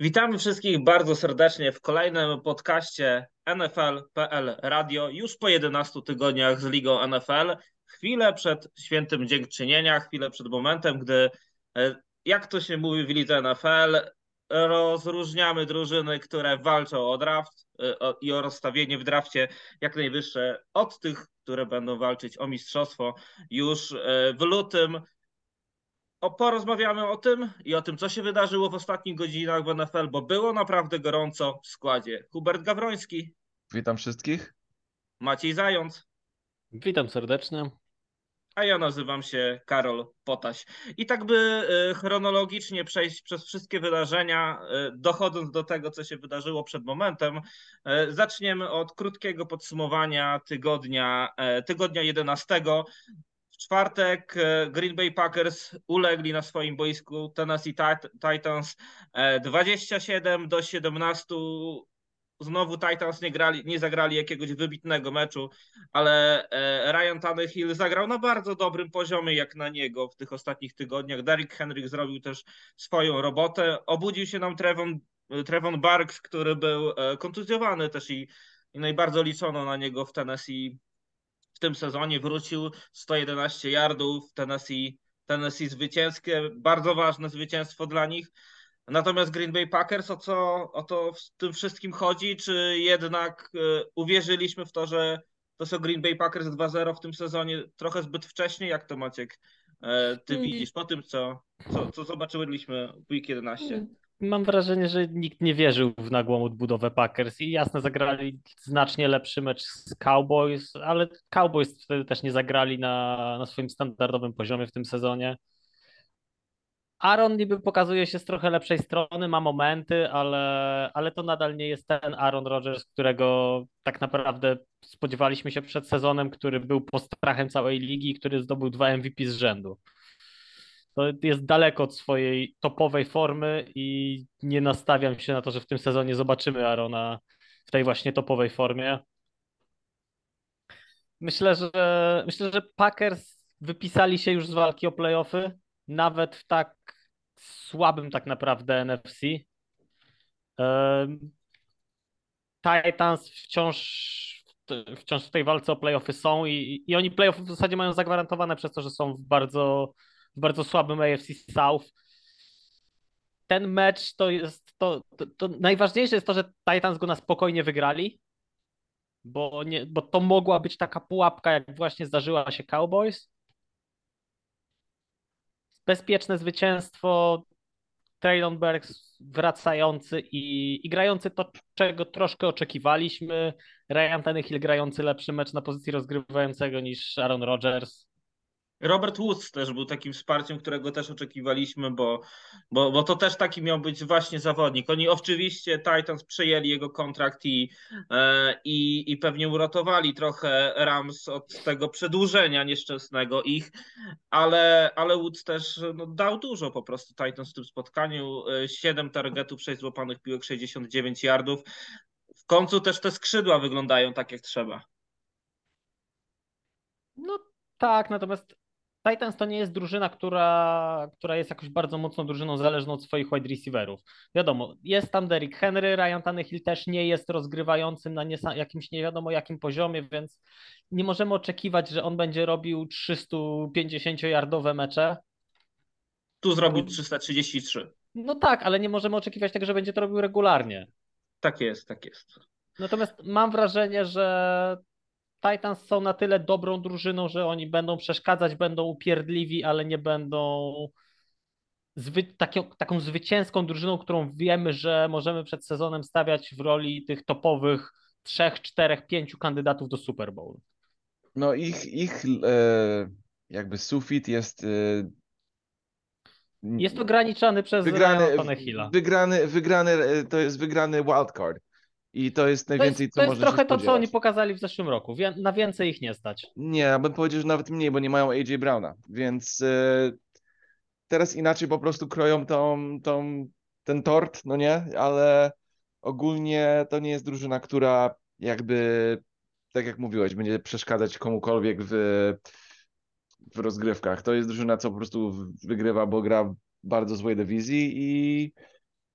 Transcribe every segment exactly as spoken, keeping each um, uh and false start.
Witamy wszystkich bardzo serdecznie w kolejnym podcaście N F L kropka P L Radio, już po jedenastu tygodniach z Ligą N F L. Chwilę przed świętym dziękczynienia, chwilę przed momentem, gdy, e, jak to się mówi w lidze N F L, rozróżniamy drużyny, które walczą o draft e, o- i o rozstawienie w drafcie jak najwyższe od tych, które będą walczyć o mistrzostwo już e, w lutym. O, porozmawiamy o tym i o tym, co się wydarzyło w ostatnich godzinach w N F L, bo było naprawdę gorąco w składzie. Hubert Gawroński, Witam wszystkich. Maciej Zając, Witam serdecznie. a ja nazywam się Karol Potaś. I tak by e, chronologicznie przejść przez wszystkie wydarzenia, e, dochodząc do tego, co się wydarzyło przed momentem, e, zaczniemy od krótkiego podsumowania tygodnia, e, tygodnia jedenastego. W czwartek e, Green Bay Packers ulegli na swoim boisku Tennessee Tit- Titans e, dwadzieścia siedem do siedemnastu. Znowu Titans nie grali, nie zagrali jakiegoś wybitnego meczu, ale e, Ryan Tannehill zagrał na bardzo dobrym poziomie jak na niego w tych ostatnich tygodniach. Derrick Henry zrobił też swoją robotę. Obudził się nam Trevon, Trevon Barks, który był e, kontuzjowany też i, i najbardziej liczono na niego w Tennessee w tym sezonie. Wrócił sto jedenaście yardów, Tennessee, Tennessee zwycięskie, bardzo ważne zwycięstwo dla nich. Natomiast Green Bay Packers, o co o to w tym wszystkim chodzi? Czy jednak e, uwierzyliśmy w to, że to są Green Bay Packers dwa zero w tym sezonie trochę zbyt wcześnie? Jak to, Maciek, e, ty Nie- widzisz po tym, co, co, co zobaczyliśmy w Week jedenaście? Mam wrażenie, że nikt nie wierzył w nagłą odbudowę Packers i jasne, zagrali znacznie lepszy mecz z Cowboys, ale Cowboys wtedy też nie zagrali na, na swoim standardowym poziomie w tym sezonie. Aaron niby pokazuje się z trochę lepszej strony, ma momenty, ale, ale to nadal nie jest ten Aaron Rodgers, którego tak naprawdę spodziewaliśmy się przed sezonem, który był postrachem całej ligi, który zdobył dwa M V P z rzędu. To jest daleko od swojej topowej formy i nie nastawiam się na to, że w tym sezonie zobaczymy Arona w tej właśnie topowej formie. Myślę, że myślę, że Packers wypisali się już z walki o playoffy, nawet w tak słabym tak naprawdę N F C. Em, Titans wciąż, wciąż w tej walce o playoffy są i, i oni playoffy w zasadzie mają zagwarantowane przez to, że są w bardzo, w bardzo słabym A F C South. Ten mecz to jest to, to, to najważniejsze jest to, że Titans go na spokojnie wygrali, bo, nie, bo to mogła być taka pułapka, jak właśnie zdarzyła się Cowboys. Bezpieczne zwycięstwo, Traylon Burks wracający i, i grający to, czego troszkę oczekiwaliśmy. Ryan Tannehill grający lepszy mecz na pozycji rozgrywającego niż Aaron Rodgers. Robert Woods też był takim wsparciem, którego też oczekiwaliśmy, bo, bo, bo to też taki miał być właśnie zawodnik. Oni oczywiście Titans przejęli jego kontrakt i, e, i, i pewnie uratowali trochę Rams od tego przedłużenia nieszczęsnego ich, ale, ale Woods też no, dał dużo po prostu Titans w tym spotkaniu. E, siedem targetów, sześć złapanych piłek, sześćdziesiąt dziewięć yardów. W końcu też te skrzydła wyglądają tak jak trzeba. No tak, natomiast Titans to nie jest drużyna, która, która jest jakoś bardzo mocno drużyną zależną od swoich wide receiverów. Wiadomo, jest tam Derrick Henry, Ryan Tannehill też nie jest rozgrywającym na niesa- jakimś nie wiadomo jakim poziomie, więc nie możemy oczekiwać, że on będzie robił trzysta pięćdziesięciojardowe mecze. Tu zrobił Bo, trzysta trzydzieści trzy. no tak, ale nie możemy oczekiwać tego, że będzie to robił regularnie. Tak jest, tak jest. Natomiast mam wrażenie, że Titans są na tyle dobrą drużyną, że oni będą przeszkadzać, będą upierdliwi, ale nie będą zwy, taką, taką zwycięską drużyną, którą wiemy, że możemy przed sezonem stawiać w roli tych topowych trzech, czterech, pięciu kandydatów do Super Bowl. No ich, ich e, jakby sufit jest e, Jest ograniczony przez Ryana wygrany, Tanehilla. wygrany, wygrany, e, to jest wygrany wildcard. I to jest To jest, najwięcej, co to jest można się trochę to, co oni spodziewać. pokazali w zeszłym roku. Wie, na więcej ich nie stać. Nie, ja bym powiedział, że nawet mniej, bo nie mają A J Browna, więc e, teraz inaczej po prostu kroją tą, tą, ten tort, no nie? Ale ogólnie to nie jest drużyna, która jakby, tak jak mówiłeś, będzie przeszkadzać komukolwiek w, w rozgrywkach. To jest drużyna, co po prostu wygrywa, bo gra w bardzo złej dywizji i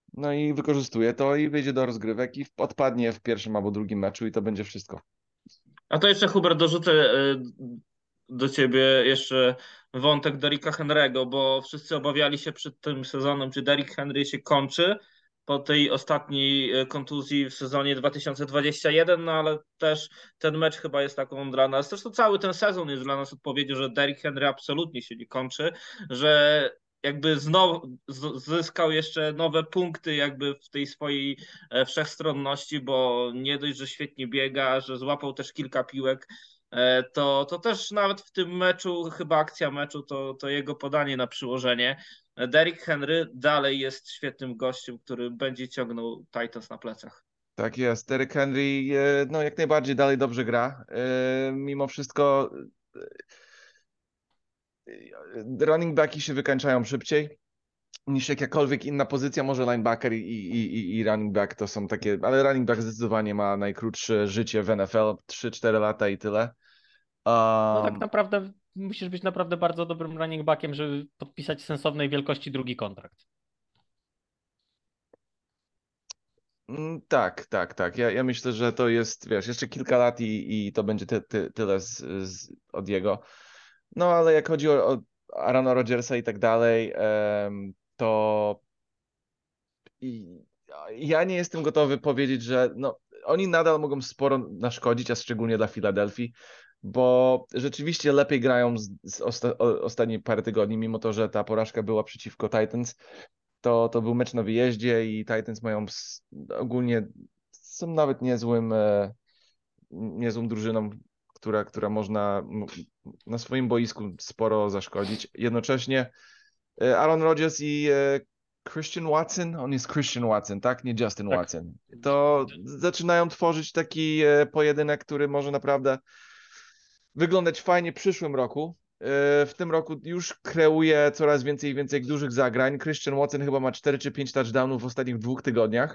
No i wykorzystuje to i wyjdzie do rozgrywek i odpadnie w pierwszym albo drugim meczu i to będzie wszystko. A to jeszcze, Hubert, dorzucę e, do ciebie jeszcze wątek Derricka Henry'ego, bo wszyscy obawiali się przed tym sezonem, czy Derrick Henry się kończy po tej ostatniej e, kontuzji w sezonie dwa tysiące dwudziestym pierwszym, no ale też ten mecz chyba jest taką dla nas, zresztą cały ten sezon jest dla nas odpowiedzią, że Derrick Henry absolutnie się nie kończy, że jakby znowu z- zyskał jeszcze nowe punkty jakby w tej swojej e, wszechstronności, bo nie dość, że świetnie biega, że złapał też kilka piłek, e, to, to też nawet w tym meczu, chyba akcja meczu, to, to jego podanie na przyłożenie. Derrick Henry dalej jest świetnym gościem, który będzie ciągnął Titans na plecach. Tak jest. Derrick Henry, e, no jak najbardziej dalej dobrze gra. E, Mimo wszystko e, running backi się wykańczają szybciej niż jakakolwiek inna pozycja, może linebacker i, i, i, i running back to są takie, ale running back zdecydowanie ma najkrótsze życie w N F L, trzy cztery lata i tyle. No tak Um, naprawdę musisz być naprawdę bardzo dobrym running backiem, żeby podpisać sensownej wielkości drugi kontrakt. mm, tak, tak, tak. Ja, ja myślę, że to jest, wiesz, jeszcze kilka lat i, i to będzie ty, ty, tyle z, z, od jego. No ale jak chodzi o, o Aarona Rodgersa i tak dalej, em, to i, ja nie jestem gotowy powiedzieć, że no, oni nadal mogą sporo naszkodzić, a szczególnie dla Filadelfii, bo rzeczywiście lepiej grają z, z osta, o, ostatnie parę tygodni, mimo to, że ta porażka była przeciwko Titans. To, to był mecz na wyjeździe i Titans mają s- ogólnie są nawet niezłym, e, niezłą drużyną, która, która można m- na swoim boisku sporo zaszkodzić. Jednocześnie e, Aaron Rodgers i e, Christian Watson, on jest Christian Watson, tak? Nie Justin Tak. Watson. To zaczynają tworzyć taki e, pojedynek, który może naprawdę wyglądać fajnie w przyszłym roku. E, W tym roku już kreuje coraz więcej i więcej dużych zagrań. Christian Watson chyba ma cztery czy pięć touchdownów w ostatnich dwóch tygodniach.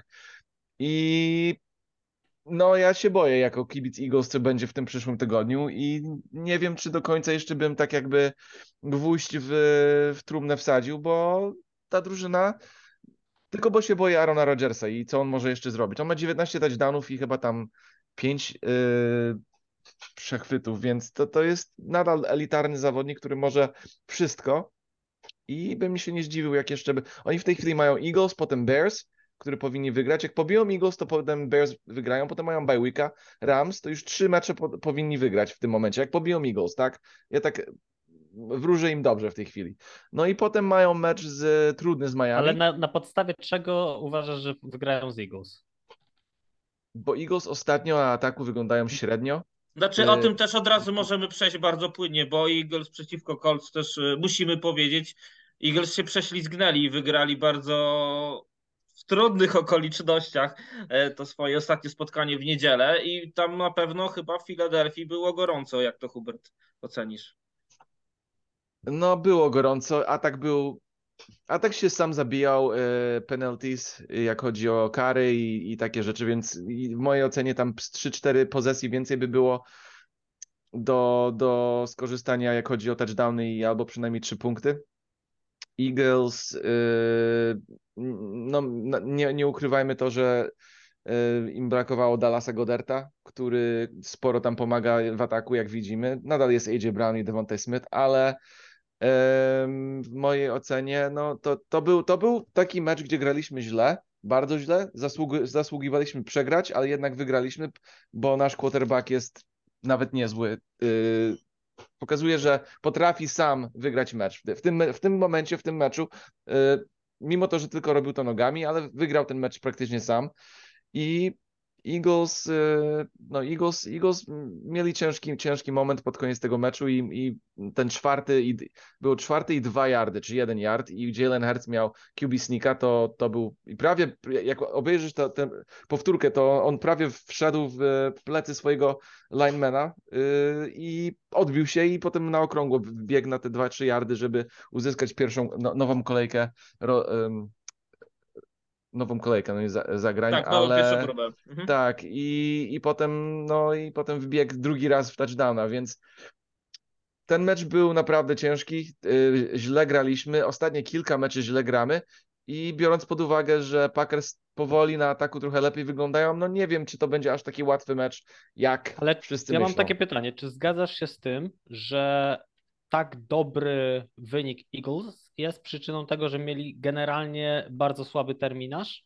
I no ja się boję jako kibic Eagles, co będzie w tym przyszłym tygodniu i nie wiem, czy do końca jeszcze bym tak jakby gwóźdź w, w trumnę wsadził, bo ta drużyna, tylko bo się boję Aarona Rodgersa i co on może jeszcze zrobić. On ma dziewiętnaście touchdownów i chyba tam pięć yy, przechwytów, więc to, to jest nadal elitarny zawodnik, który może wszystko i bym się nie zdziwił, jak jeszcze by... Oni w tej chwili mają Eagles, potem Bears, który powinni wygrać. Jak pobiją Eagles, to potem Bears wygrają, potem mają bye weeka. Rams to już trzy mecze po, powinni wygrać w tym momencie, jak pobiją Eagles, tak? Ja tak wróżę im dobrze w tej chwili. No i potem mają mecz z, trudny z Ale Miami, na, na podstawie czego uważasz, że wygrają z Eagles? bo Eagles ostatnio na ataku wyglądają średnio. Znaczy o Y, tym też od razu możemy przejść bardzo płynnie, bo Eagles przeciwko Colts też y, musimy powiedzieć, Eagles się prześlizgnęli i wygrali bardzo w trudnych okolicznościach e, to swoje ostatnie spotkanie w niedzielę i tam na pewno chyba w Filadelfii było gorąco, jak to Hubert ocenisz? No było gorąco, atak był A tak się sam zabijał, e, penalties, e, jak chodzi o kary i, i takie rzeczy, więc i w mojej ocenie tam z trzy cztery posesji więcej by było do, do skorzystania, jak chodzi o touchdowny i albo przynajmniej trzy punkty. Eagles, e, no no, nie, nie ukrywajmy to, że e, im brakowało Dallasa Goederta, który sporo tam pomaga w ataku, jak widzimy. Nadal jest A J Brown i Devontae Smith, ale Em, w mojej ocenie, no to, to, był, to był taki mecz, gdzie graliśmy źle, bardzo źle, zasług, zasługiwaliśmy przegrać, ale jednak wygraliśmy, bo nasz quarterback jest nawet niezły. Yy, pokazuje, że potrafi sam wygrać mecz. W tym, w tym momencie, w tym meczu, yy, mimo to, że tylko robił to nogami, ale wygrał ten mecz praktycznie sam. I Eagles, y, no Eagles, Eagles mieli ciężki, ciężki moment pod koniec tego meczu i, i ten czwarty, i, był czwarty i dwa yardy, czy jeden yard i Jalen Hurts miał Q B sneaka, to, to był i prawie, jak obejrzysz tę powtórkę, to on prawie wszedł w plecy swojego linemana y, i odbił się i potem na okrągło biegł na te dwa trzy yardy, żeby uzyskać pierwszą no, nową kolejkę ro, ym, nową kolejkę no i za, zagrań, Tak, nową pierwszą ale próbę. Mhm. tak i, i potem no i potem wbiegł drugi raz w touchdowna, więc ten mecz był naprawdę ciężki, yy, źle graliśmy, ostatnie kilka meczy źle gramy i biorąc pod uwagę, że Packers powoli na ataku trochę lepiej wyglądają, no nie wiem, czy to będzie aż taki łatwy mecz, jak Ale wszyscy ja mam myślą. takie pytanie, czy zgadzasz się z tym, że tak dobry wynik Eagles jest przyczyną tego, że mieli generalnie bardzo słaby terminarz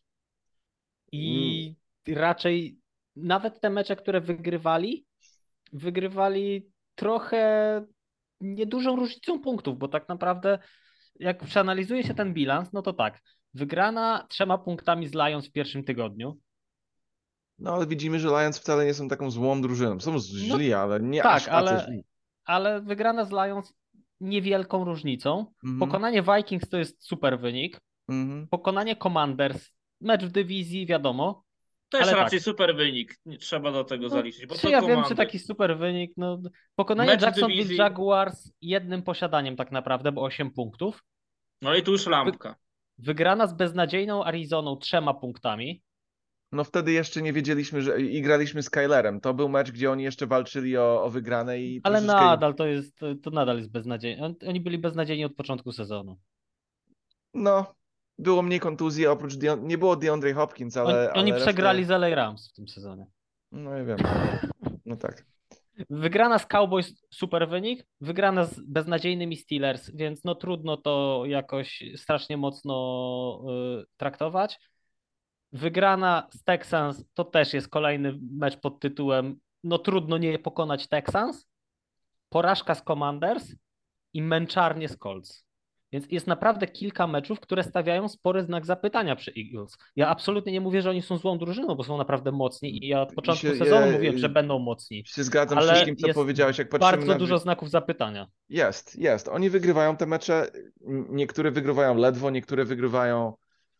Mm, i raczej nawet te mecze, które wygrywali, wygrywali trochę niedużą różnicą punktów, bo tak naprawdę jak przeanalizuje się ten bilans, no to tak, wygrana trzema punktami z Lions w pierwszym tygodniu. No ale widzimy, że Lions wcale nie są taką złą drużyną. Są No źli, ale nie tak, aż tacy ale, źli. ale wygrana z Lions niewielką różnicą. Mhm, Pokonanie Vikings to jest super wynik. mhm. Pokonanie Commanders, mecz w dywizji, wiadomo, Też ale raczej tak. super wynik. Nie trzeba do tego No, zaliczyć, bo czy to ja wiem, czy komandy. taki super wynik? No, pokonanie Mecz w Jacksonville dywizji, Jaguars jednym posiadaniem tak naprawdę, bo osiem punktów. no i tu już Wy, lampka. wygrana z beznadziejną Arizoną trzema punktami. No wtedy jeszcze nie wiedzieliśmy, że i graliśmy z Kylerem. To był mecz, gdzie oni jeszcze walczyli o, o wygrane i Ale troszeczkę im... nadal to jest, to, to nadal jest beznadziejne. On- Oni byli beznadziejni od początku sezonu. No, było mniej kontuzji, oprócz Deon... nie było DeAndre Hopkins, Oni, ale, oni ale przegrali resztę... z L A Rams w tym sezonie. No ja wiem. No tak. Wygrana z Cowboys super wynik, wygrana z beznadziejnymi Steelers, więc no trudno to jakoś strasznie mocno y, traktować. Wygrana z Texans to też jest kolejny mecz pod tytułem no trudno nie pokonać Texans. Porażka z Commanders i męczarnie z Colts. Więc jest naprawdę kilka meczów, które stawiają spory znak zapytania przy Eagles. Ja absolutnie nie mówię, że oni są złą drużyną, bo są naprawdę mocni i ja od I się, początku ja, sezonu mówiłem, że będą mocni, się zgadzam z ale wszystkim, co jest powiedziałeś. Jak patrzymy bardzo na... dużo znaków zapytania. Jest, jest. Oni wygrywają te mecze. Niektóre wygrywają ledwo, niektóre wygrywają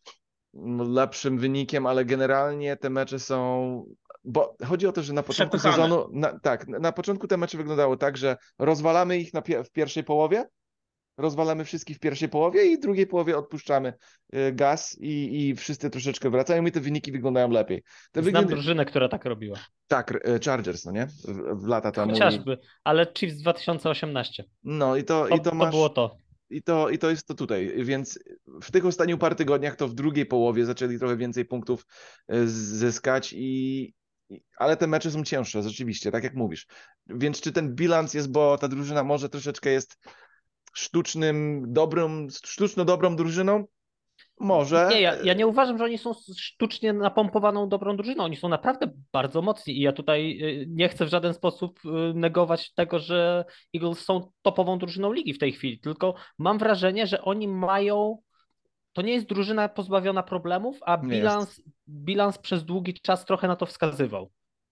lepszym wynikiem, ale generalnie te mecze są. Bo chodzi o to, że na początku Przepychane. sezonu, na, tak, na początku te mecze wyglądały tak, że rozwalamy ich na pie w pierwszej połowie, rozwalamy wszystkich w pierwszej połowie i w drugiej połowie odpuszczamy y, gaz i, i wszyscy troszeczkę wracają i te wyniki wyglądają lepiej. Te Znam wyglądy... drużynę, która tak robiła. Tak, y, Chargers, no nie? W, w lata temu. I... Chociażby, ale Chiefs dwa tysiące osiemnaście. No i to, To, i to to masz. było to. I to, I to jest to tutaj, więc w tych ostatnich paru tygodniach to w drugiej połowie zaczęli trochę więcej punktów e, zyskać, i, i, ale te mecze są cięższe, rzeczywiście, tak jak mówisz. Więc czy ten bilans jest, bo ta drużyna może troszeczkę jest sztucznym, dobrą, sztuczno dobrą drużyną? Może. Nie, ja, ja nie uważam, że oni są sztucznie napompowaną dobrą drużyną. Oni są naprawdę bardzo mocni i ja tutaj y, nie chcę w żaden sposób y, negować tego, że Eagles są topową drużyną ligi w tej chwili, tylko mam wrażenie, że oni mają, to nie jest drużyna pozbawiona problemów, a Nie jest. bilans, bilans przez długi czas trochę na to wskazywał.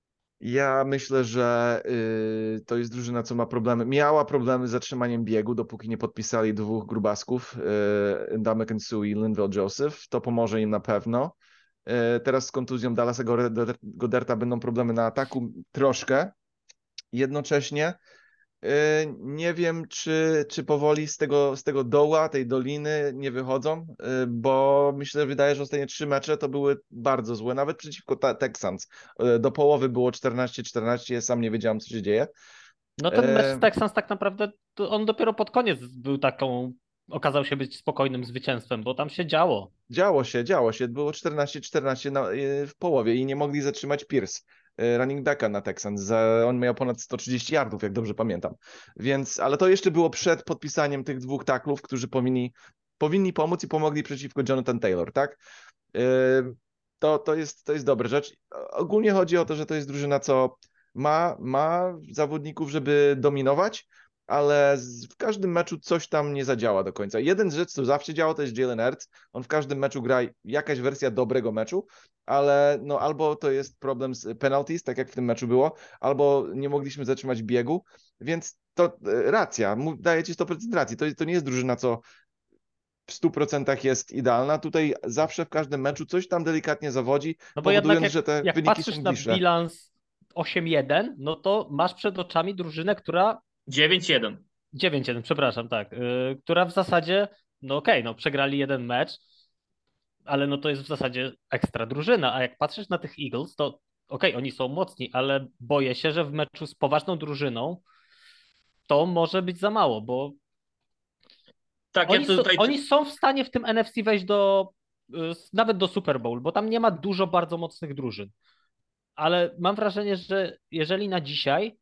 Ja myślę, że y, to jest drużyna, co ma problemy. Miała problemy z zatrzymaniem biegu, dopóki nie podpisali dwóch grubasków, y, Ndamukong Suh i Linval Joseph. To pomoże im na pewno. Y, teraz z kontuzją Dallasa Goederta będą problemy na ataku troszkę. Jednocześnie y, nie wiem, czy, czy powoli z tego, z tego doła, tej doliny nie wychodzą, y, bo myślę, że wydaje, że ostatnie trzy mecze to były bardzo złe, nawet przeciwko ta- Texans. Y, Do połowy było czternaście czternaście, ja sam nie wiedziałem, co się dzieje. No ten mecz Y, z Texans tak naprawdę, to on dopiero pod koniec był taką, okazał się być spokojnym zwycięstwem, bo tam się działo. Działo się, działo się. Było czternaście czternaście na, y, w połowie i nie mogli zatrzymać Pierce, y, running backa na Texans. Za, on miał ponad sto trzydzieści yardów, jak dobrze pamiętam. Więc, ale to jeszcze było przed podpisaniem tych dwóch taklów, którzy powinni, powinni pomóc i pomogli przeciwko Jonathan Taylor, tak? Y, To, to jest, to jest dobra rzecz. Ogólnie chodzi o to, że to jest drużyna, co ma, ma zawodników, żeby dominować, ale z, w każdym meczu coś tam nie zadziała do końca. Jeden z rzeczy, co zawsze działa, to jest Jalen Hurts. On w każdym meczu gra jakaś wersja dobrego meczu, ale no albo to jest problem z penalties, tak jak w tym meczu było, albo nie mogliśmy zatrzymać biegu, więc to e, racja, mu- daję ci sto procent racji. To, to nie jest drużyna, co w stu procentach jest idealna. Tutaj zawsze w każdym meczu coś tam delikatnie zawodzi, No bo jednak powodując, jak, że te jak wyniki patrzysz są na bliższe. bilans osiem jeden, no to masz przed oczami drużynę, która dziewięć jeden. dziewięć jeden, przepraszam, tak, yy, która w zasadzie, no okej, no przegrali jeden mecz, ale no to jest w zasadzie ekstra drużyna, a jak patrzysz na tych Eagles, to okej, oni są mocni, ale boję się, że w meczu z poważną drużyną to może być za mało, bo Tak, ja oni, są, tutaj. oni są w stanie w tym N F C wejść do nawet do Super Bowl, bo tam nie ma dużo bardzo mocnych drużyn. Ale mam wrażenie, że jeżeli na dzisiaj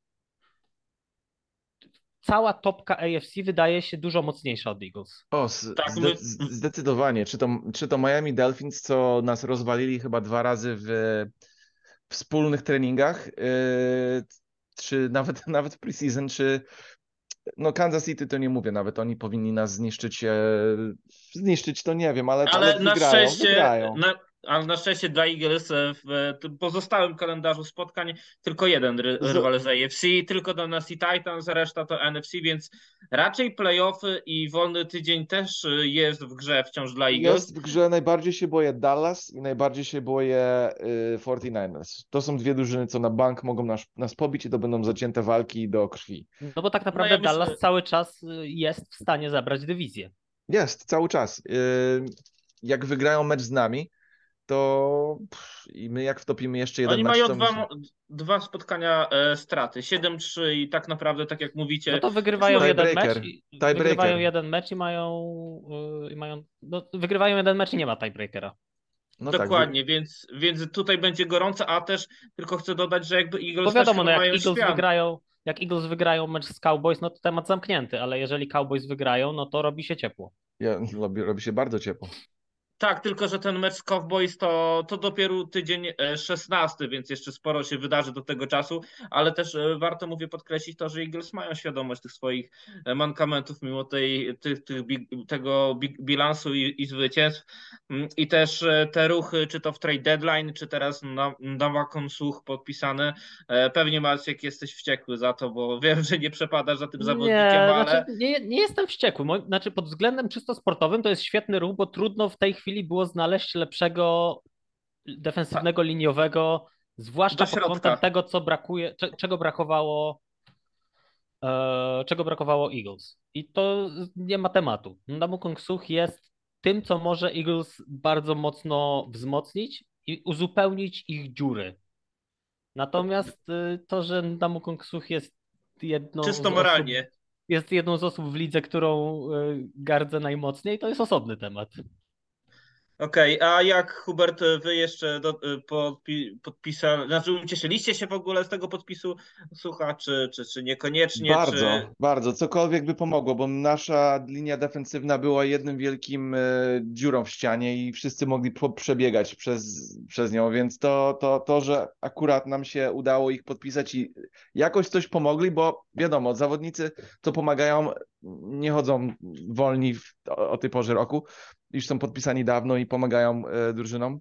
cała topka A F C wydaje się dużo mocniejsza od Eagles. O, z, Tak, zde, my, zdecydowanie. Czy to, czy to Miami Dolphins, co nas rozwalili chyba dwa razy w wspólnych treningach, yy, czy nawet, nawet w preseason, czy no Kansas City to nie mówię nawet, oni powinni nas zniszczyć, e, zniszczyć to nie wiem, ale, ale ale na wygrają, szczęście, wygrają. na, ale na szczęście dla Eagles w tym pozostałym kalendarzu spotkań tylko jeden ry, Z, rywal z A F C, tylko Tennessee Titans, reszta to N F C, więc raczej playoffy i wolny tydzień też jest w grze wciąż dla Eagles. jest w grze, najbardziej się boję Dallas i najbardziej się boję y, czterdzieści dziewięć. To są dwie drużyny, co na bank mogą nas, nas pobić i to będą zacięte walki do krwi. No bo tak No naprawdę ja Dallas myślę, cały czas jest w stanie zabrać dywizję. Jest, cały czas. Y, jak wygrają mecz z nami, to pff, i my jak wtopimy jeszcze jeden oni mecz, mają to myślę, dwa, dwa spotkania e, straty, siedem trzy i tak naprawdę, tak jak No mówicie, to wygrywają jeden mecz, tiebreaker, i- wygrywają tiebreaker. jeden mecz i mają, yy, i mają, no, wygrywają jeden mecz i nie ma tiebreakera. No tak, wy, dokładnie, więc, więc tutaj będzie gorąco, a też tylko chcę dodać, że jakby Bo Eagles też wiadomo, no chyba jak mają Eagles śpian. wygrają, jak Eagles wygrają mecz z Cowboys, no to temat zamknięty, ale jeżeli Cowboys wygrają, no to robi się ciepło. ja, robi, robi się bardzo ciepło. Tak, tylko że ten mecz z Cowboys to, to dopiero tydzień e, szesnasty, więc jeszcze sporo się wydarzy do tego czasu, ale też e, warto, mówię, podkreślić to, że Eagles mają świadomość tych swoich e, mankamentów mimo tej, tych, tych, big- tego big bilansu i, i zwycięstw. Mm, I też e, te ruchy, czy to w trade deadline, czy teraz na, na Wakon Słuch podpisany. E, Pewnie Maciek jesteś wściekły za to, bo wiem, że nie przepadasz za tym zawodnikiem, Nie, znaczy ale nie, nie jestem wściekły. Mo- Znaczy pod względem czysto sportowym to jest świetny ruch, bo trudno w tej chwili było znaleźć lepszego ta, defensywnego liniowego, do zwłaszcza pod kątem środka. tego, co brakuje, cze- czego brakowało, e, czego brakowało Eagles. I to nie ma tematu. Ndamukong Suh jest tym, co może Eagles bardzo mocno wzmocnić i uzupełnić ich dziury. Natomiast y, to, że Ndamukong Suh jest jedną Czysto z osób, moralnie. jest jedną z osób w lidze, którą y, gardzę najmocniej, to jest osobny temat. Okej, a jak Hubert, wy jeszcze do, podpi, podpisali, znaczy ucieszyliście się w ogóle z tego podpisu Sucha, czy, czy, czy niekoniecznie, czy Bardzo, bardzo. Cokolwiek by pomogło, bo nasza linia defensywna była jednym wielkim e, dziurą w ścianie i wszyscy mogli po- przebiegać przez, przez nią, więc to, to, to, że akurat nam się udało ich podpisać i jakoś coś pomogli, bo wiadomo, zawodnicy, co pomagają, nie chodzą wolni w, o, o tej porze roku, już są podpisani dawno i pomagają e, drużynom.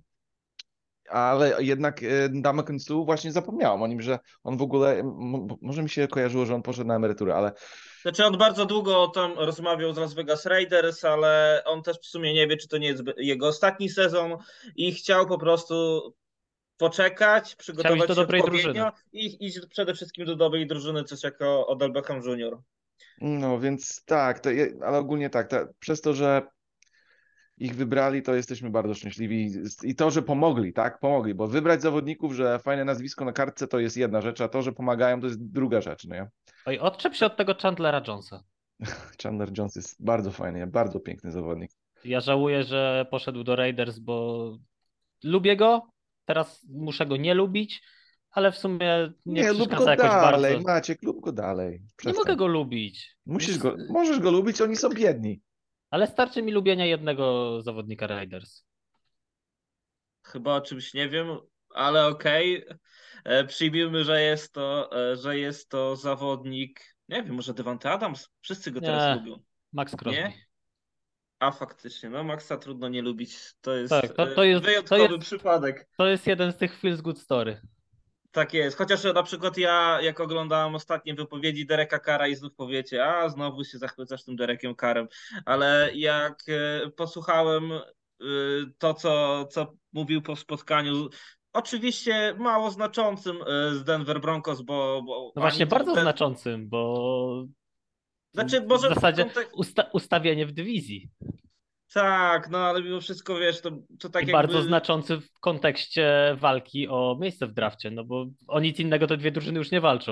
Ale jednak Ndamukong Suh właśnie zapomniałem o nim, że on w ogóle, m- może mi się kojarzyło, że on poszedł na emeryturę, ale znaczy on bardzo długo o tym rozmawiał z Las Vegas Raiders, ale on też w sumie nie wie, czy to nie jest jego ostatni sezon i chciał po prostu poczekać, Chciał iść do przygotować się dobrej drużyny. odpowiednio i iść przede wszystkim do dobrej drużyny, coś jako Odell Beckham junior no więc tak, to, je- ale ogólnie tak, ta, przez to, że ich wybrali, to jesteśmy bardzo szczęśliwi i to, że pomogli, tak, pomogli, bo wybrać zawodników, że fajne nazwisko na kartce to jest jedna rzecz, a to, że pomagają, to jest druga rzecz, no nie? Oj, odczep się od tego Chandlera Jonesa. Chandler Jones jest bardzo fajny, bardzo piękny zawodnik. Ja żałuję, że poszedł do Raiders, bo lubię go, teraz muszę go nie lubić, ale w sumie nie Nie, lub go przeszkadza jakoś dalej, bardzo. Maciek, lub go dalej, Nie mogę przestań. go lubić. Musisz S- go, możesz go lubić, oni są biedni. Ale starczy mi lubienia jednego zawodnika Raiders. Chyba o czymś nie wiem, ale okej. E, Przyjmijmy, że jest to, e, że jest to zawodnik, nie wiem, może Devante Adams? Wszyscy go teraz Nie, lubią, Max Crosby. nie? A faktycznie, no Maxa trudno nie lubić. To jest Tak, to, e, to jest, to wyjątkowy jest, przypadek. to jest jeden z tych feels good story. Tak jest. Chociaż na przykład ja, jak oglądałem ostatnie wypowiedzi Dereka Carra i znów powiecie, a znowu się zachwycasz tym Derekiem Carrem, ale jak e, posłuchałem e, to, co, co mówił po spotkaniu, oczywiście mało znaczącym e, z Denver Broncos, bo, bo No ani właśnie to bardzo Den... znaczącym, bo Znaczy w może w zasadzie kontek... usta ustawienie w dywizji tak, no ale mimo wszystko wiesz, to, to i tak bardzo jakby znaczący w kontekście walki o miejsce w drafcie, no bo o nic innego te dwie drużyny już nie walczą.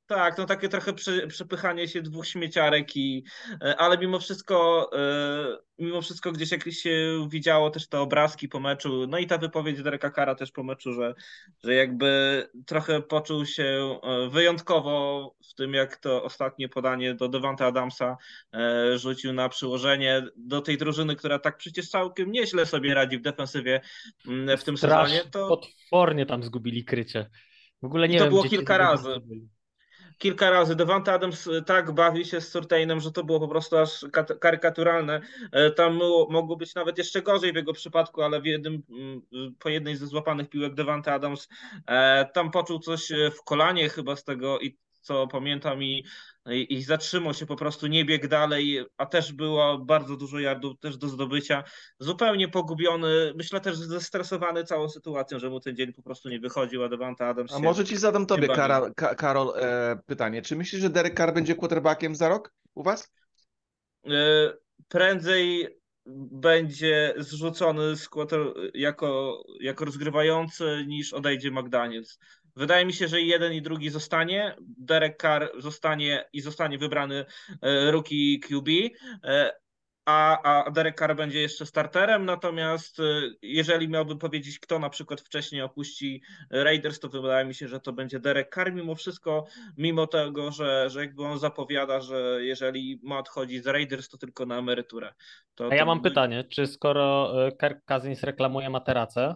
Tak, no takie trochę przy, przepychanie się dwóch śmieciarek i e, ale mimo wszystko e, mimo wszystko gdzieś jak się widziało też te obrazki po meczu, no i ta wypowiedź Dereka Carra też po meczu, że, że jakby trochę poczuł się e, wyjątkowo w tym, jak to ostatnie podanie do Devonta Adamsa e, rzucił na przyłożenie do tej drużyny, która tak przecież całkiem nieźle sobie radzi w defensywie mm, w tym sezonie, Strasz to potwornie tam zgubili krycie. W ogóle i nie to wiem, było gdzie ci kilka zawodnicy razy. byli. Kilka razy. Devonta Adams e, tak bawił się z Surtainem, że to było po prostu aż kat- karykaturalne. E, Tam było, mogło być nawet jeszcze gorzej w jego przypadku, ale w jednym, mm, po jednej ze złapanych piłek Devonta Adams e, tam poczuł coś e, w kolanie chyba z tego i co pamiętam i, i, i zatrzymał się po prostu, nie biegł dalej, a też było bardzo dużo yardów też do zdobycia. Zupełnie pogubiony, myślę też zestresowany całą sytuacją, że mu ten dzień po prostu nie wychodził, a Devonta Adams A się, może ci zadam się tobie, bawił. Karol, Ka Karol e, pytanie. Czy myślisz, że Derek Carr będzie quarterbackiem za rok u was? E, Prędzej będzie zrzucony z quarter, jako, jako rozgrywający niż odejdzie McDaniels. Wydaje mi się, że i jeden i drugi zostanie. Derek Carr zostanie i zostanie wybrany e, rookie Q B. e, A, a Derek Carr będzie jeszcze starterem, natomiast e, jeżeli miałbym powiedzieć, kto na przykład wcześniej opuści Raiders, to wydaje mi się, że to będzie Derek Carr mimo wszystko, mimo tego, że, że jakby on zapowiada, że jeżeli ma odchodzić z Raiders, to tylko na emeryturę. To, A ja to mam no, pytanie, czy skoro e, Kirk Cousins reklamuje materacę,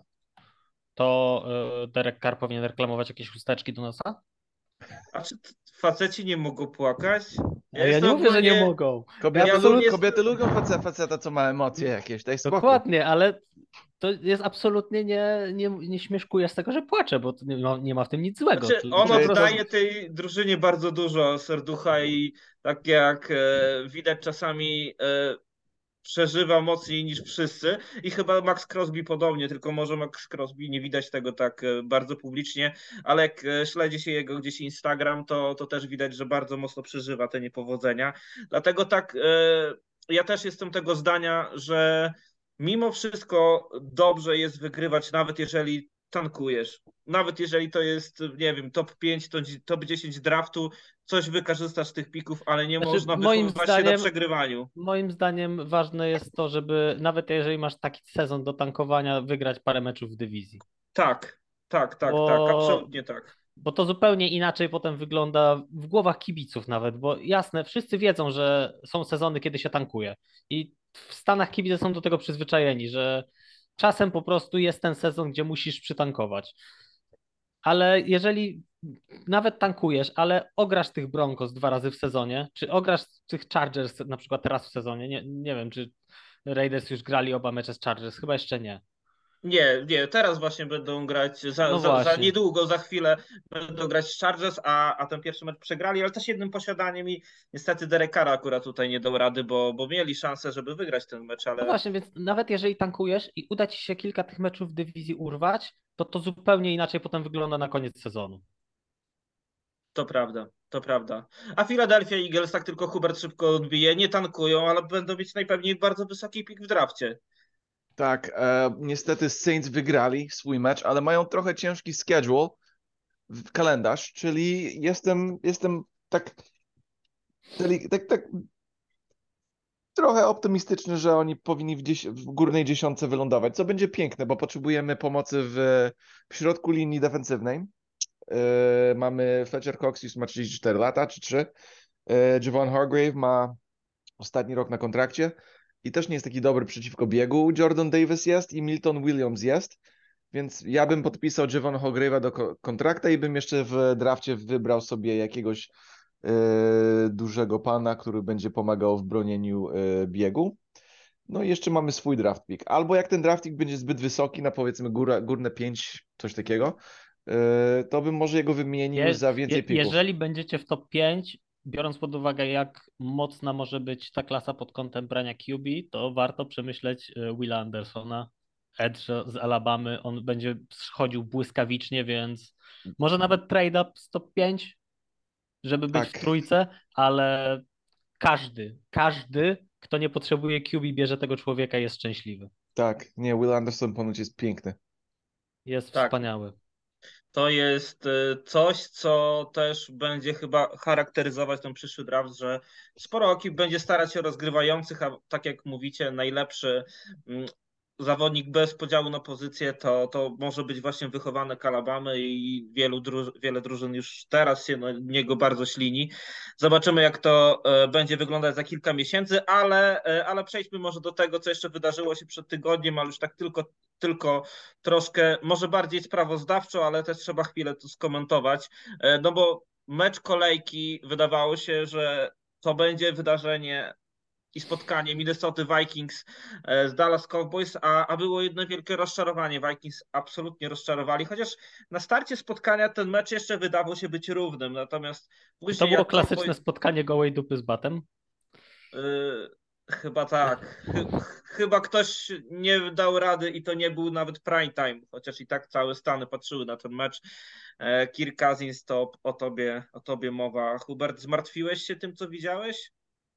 to e, Derek Carr powinien reklamować jakieś chusteczki do nosa? a czy t- faceci nie mogą płakać? Ja A ja nie jestem mówię, że nie ogólnie, mogą. Ja Kobiety, ja lu ogólnie absolutnie, kobiety lubią faceta, faceta, co ma emocje jakieś, daj spokój. dokładnie, ale to jest absolutnie nie, nie, nie śmieszkuję z tego, że płaczę, bo to nie ma, nie ma w tym nic złego. znaczy, To on po Czyli to, prostu oddaje tej drużynie bardzo dużo serducha i tak jak e, widać czasami e, przeżywa mocniej niż wszyscy i chyba Max Crosby podobnie, tylko może Max Crosby nie widać tego tak e, bardzo publicznie, ale jak e, śledzi się jego gdzieś Instagram, to, to też widać, że bardzo mocno przeżywa te niepowodzenia. Dlatego tak e, ja też jestem tego zdania, że mimo wszystko dobrze jest wygrywać, nawet jeżeli tankujesz. Nawet jeżeli to jest, nie wiem, top pięć, to top dziesięć draftu, coś wykorzystasz z tych pików, ale nie znaczy, można moim wychowywać się na zdaniem, przegrywaniu. moim zdaniem ważne jest to, żeby nawet jeżeli masz taki sezon do tankowania, wygrać parę meczów w dywizji. Tak, tak, tak, tak, Bo absolutnie tak. Bo to zupełnie inaczej potem wygląda w głowach kibiców nawet, bo jasne, wszyscy wiedzą, że są sezony, kiedy się tankuje. I w Stanach kibice są do tego przyzwyczajeni, że czasem po prostu jest ten sezon, gdzie musisz przytankować. Ale jeżeli nawet tankujesz, ale ograsz tych Broncos dwa razy w sezonie, czy ograsz tych Chargers na przykład raz w sezonie, nie, nie wiem, czy Raiders już grali oba mecze z Chargers, chyba jeszcze nie. Nie, nie, teraz właśnie będą grać, za, No za, za właśnie. niedługo, za chwilę będą grać z Chargers, a, a ten pierwszy mecz przegrali, ale też jednym posiadaniem i niestety Derek Carr akurat tutaj nie dał rady, bo, bo mieli szansę, żeby wygrać ten mecz, No ale właśnie, więc nawet jeżeli tankujesz i uda ci się kilka tych meczów w dywizji urwać, to to zupełnie inaczej potem wygląda na koniec sezonu. to prawda, to prawda. A Philadelphia Eagles, tak tylko Hubert szybko odbije, nie tankują, ale będą mieć najpewniej bardzo wysoki pik w drafcie. tak, e, niestety Saints wygrali swój mecz, ale mają trochę ciężki schedule, w kalendarz, czyli jestem, jestem tak, tak, tak trochę optymistyczny, że oni powinni w, dzies w górnej dziesiątce wylądować, co będzie piękne, bo potrzebujemy pomocy w, w środku linii defensywnej. Yy, mamy Fletcher Cox, już ma trzydzieści cztery lata, czy trzy. Yy, Javon Hargrave ma ostatni rok na kontrakcie i też nie jest taki dobry przeciwko biegu. Jordan Davis jest i Milton Williams jest, więc ja bym podpisał Javon Hargrave'a do ko kontrakta i bym jeszcze w drafcie wybrał sobie jakiegoś yy, dużego pana, który będzie pomagał w bronieniu yy, biegu. No i jeszcze mamy swój draft pick. Albo jak ten draft pick będzie zbyt wysoki, na powiedzmy góra, górne pięć, coś takiego, yy, to bym może jego wymienił Je, za je, więcej picków. jeżeli będziecie w top pięć, biorąc pod uwagę, jak mocna może być ta klasa pod kątem brania Q B, to warto przemyśleć y, Willa Andersona, edge z Alabamy. On będzie schodził błyskawicznie, więc może nawet trade up z top pięć, żeby być w Tak, trójce, ale każdy, każdy, kto nie potrzebuje Q B, bierze tego człowieka i jest szczęśliwy. tak. Nie, Will Anderson ponoć jest piękny. Jest Tak. wspaniały. To jest y, coś, co też będzie chyba charakteryzować ten przyszły draft, że sporo ekip będzie starać się o rozgrywających, a tak jak mówicie, najlepszy mm, zawodnik bez podziału na pozycję to, to może być właśnie wychowany Alabamy i wielu dru wiele drużyn już teraz się na niego bardzo ślini. Zobaczymy, jak to e, będzie wyglądać za kilka miesięcy, ale, e, ale przejdźmy może do tego, co jeszcze wydarzyło się przed tygodniem, ale już tak tylko, tylko troszkę, może bardziej sprawozdawczo, ale też trzeba chwilę to skomentować, e, no bo mecz kolejki wydawało się, że to będzie wydarzenie i spotkanie Minnesota Vikings e, z Dallas Cowboys, a, a było jedno wielkie rozczarowanie. Vikings absolutnie rozczarowali, chociaż na starcie spotkania ten mecz jeszcze wydawał się być równym, natomiast Czy to później było jak klasyczne Cowboys... spotkanie gołej dupy z batem? Yy, chyba tak. Chy, chyba ktoś nie dał rady i to nie był nawet prime time, chociaż i tak całe Stany patrzyły na ten mecz. E, Kirk Cousins, to o tobie, o tobie mowa. Hubert, zmartwiłeś się tym, co widziałeś?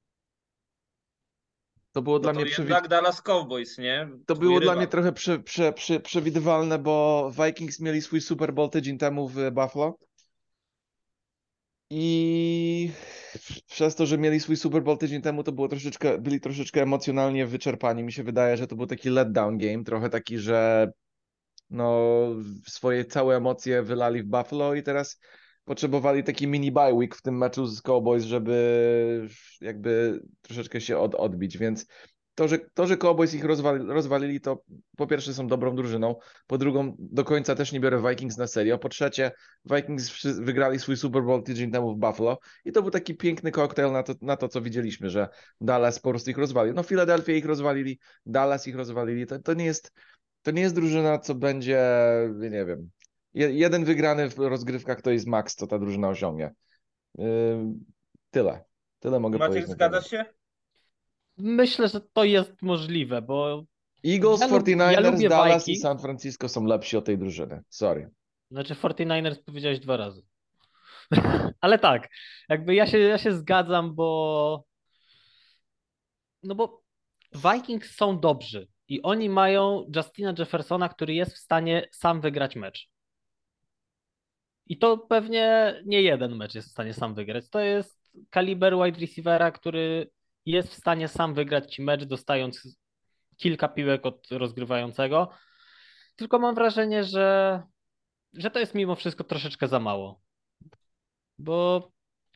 To było Bo dla to mnie przewi jednak Dallas Cowboys, nie? to Twój było dla mnie rywal. trochę prze prze prze przewidywalne, bo Vikings mieli swój Super Bowl tydzień temu w Buffalo i przez to, że mieli swój Super Bowl tydzień temu, to było troszeczkę, byli troszeczkę emocjonalnie wyczerpani. Mi się wydaje, że to był taki letdown game, trochę taki, że no swoje całe emocje wylali w Buffalo i teraz potrzebowali taki mini bye week w tym meczu z Cowboys, żeby jakby troszeczkę się od, odbić, więc to, że, to, że Cowboys ich rozwali, rozwalili, to po pierwsze są dobrą drużyną, po drugą do końca też nie biorę Vikings na serio, po trzecie Vikings wszy- wygrali swój Super Bowl tydzień temu w Buffalo i to był taki piękny koktajl na to, na to, co widzieliśmy, że Dallas po prostu ich rozwalił. No Philadelphia ich rozwalili, Dallas ich rozwalili, to, to nie jest to nie jest drużyna, co będzie, nie wiem, je- jeden wygrany w rozgrywkach to jest maks, co ta drużyna osiągnie. Yy, tyle. Tyle mogę powiedzieć Maciek, na temat. zgadzasz się? Myślę, że to jest możliwe, bo Eagles, ja, lub, ja czterdzieści dziewięć, lubię Dallas i Vikings. San Francisco są lepsi od tej drużyny. Sorry. Znaczy czterdzieści dziewięć powiedziałeś dwa razy. Ale tak, jakby ja się, ja się zgadzam, bo no bo Vikings są dobrzy i oni mają Justina Jeffersona, który jest w stanie sam wygrać mecz. I to pewnie nie jeden mecz jest w stanie sam wygrać. To jest kaliber wide receivera, który jest w stanie sam wygrać ci mecz, dostając kilka piłek od rozgrywającego. Tylko mam wrażenie, że, że to jest mimo wszystko troszeczkę za mało. Bo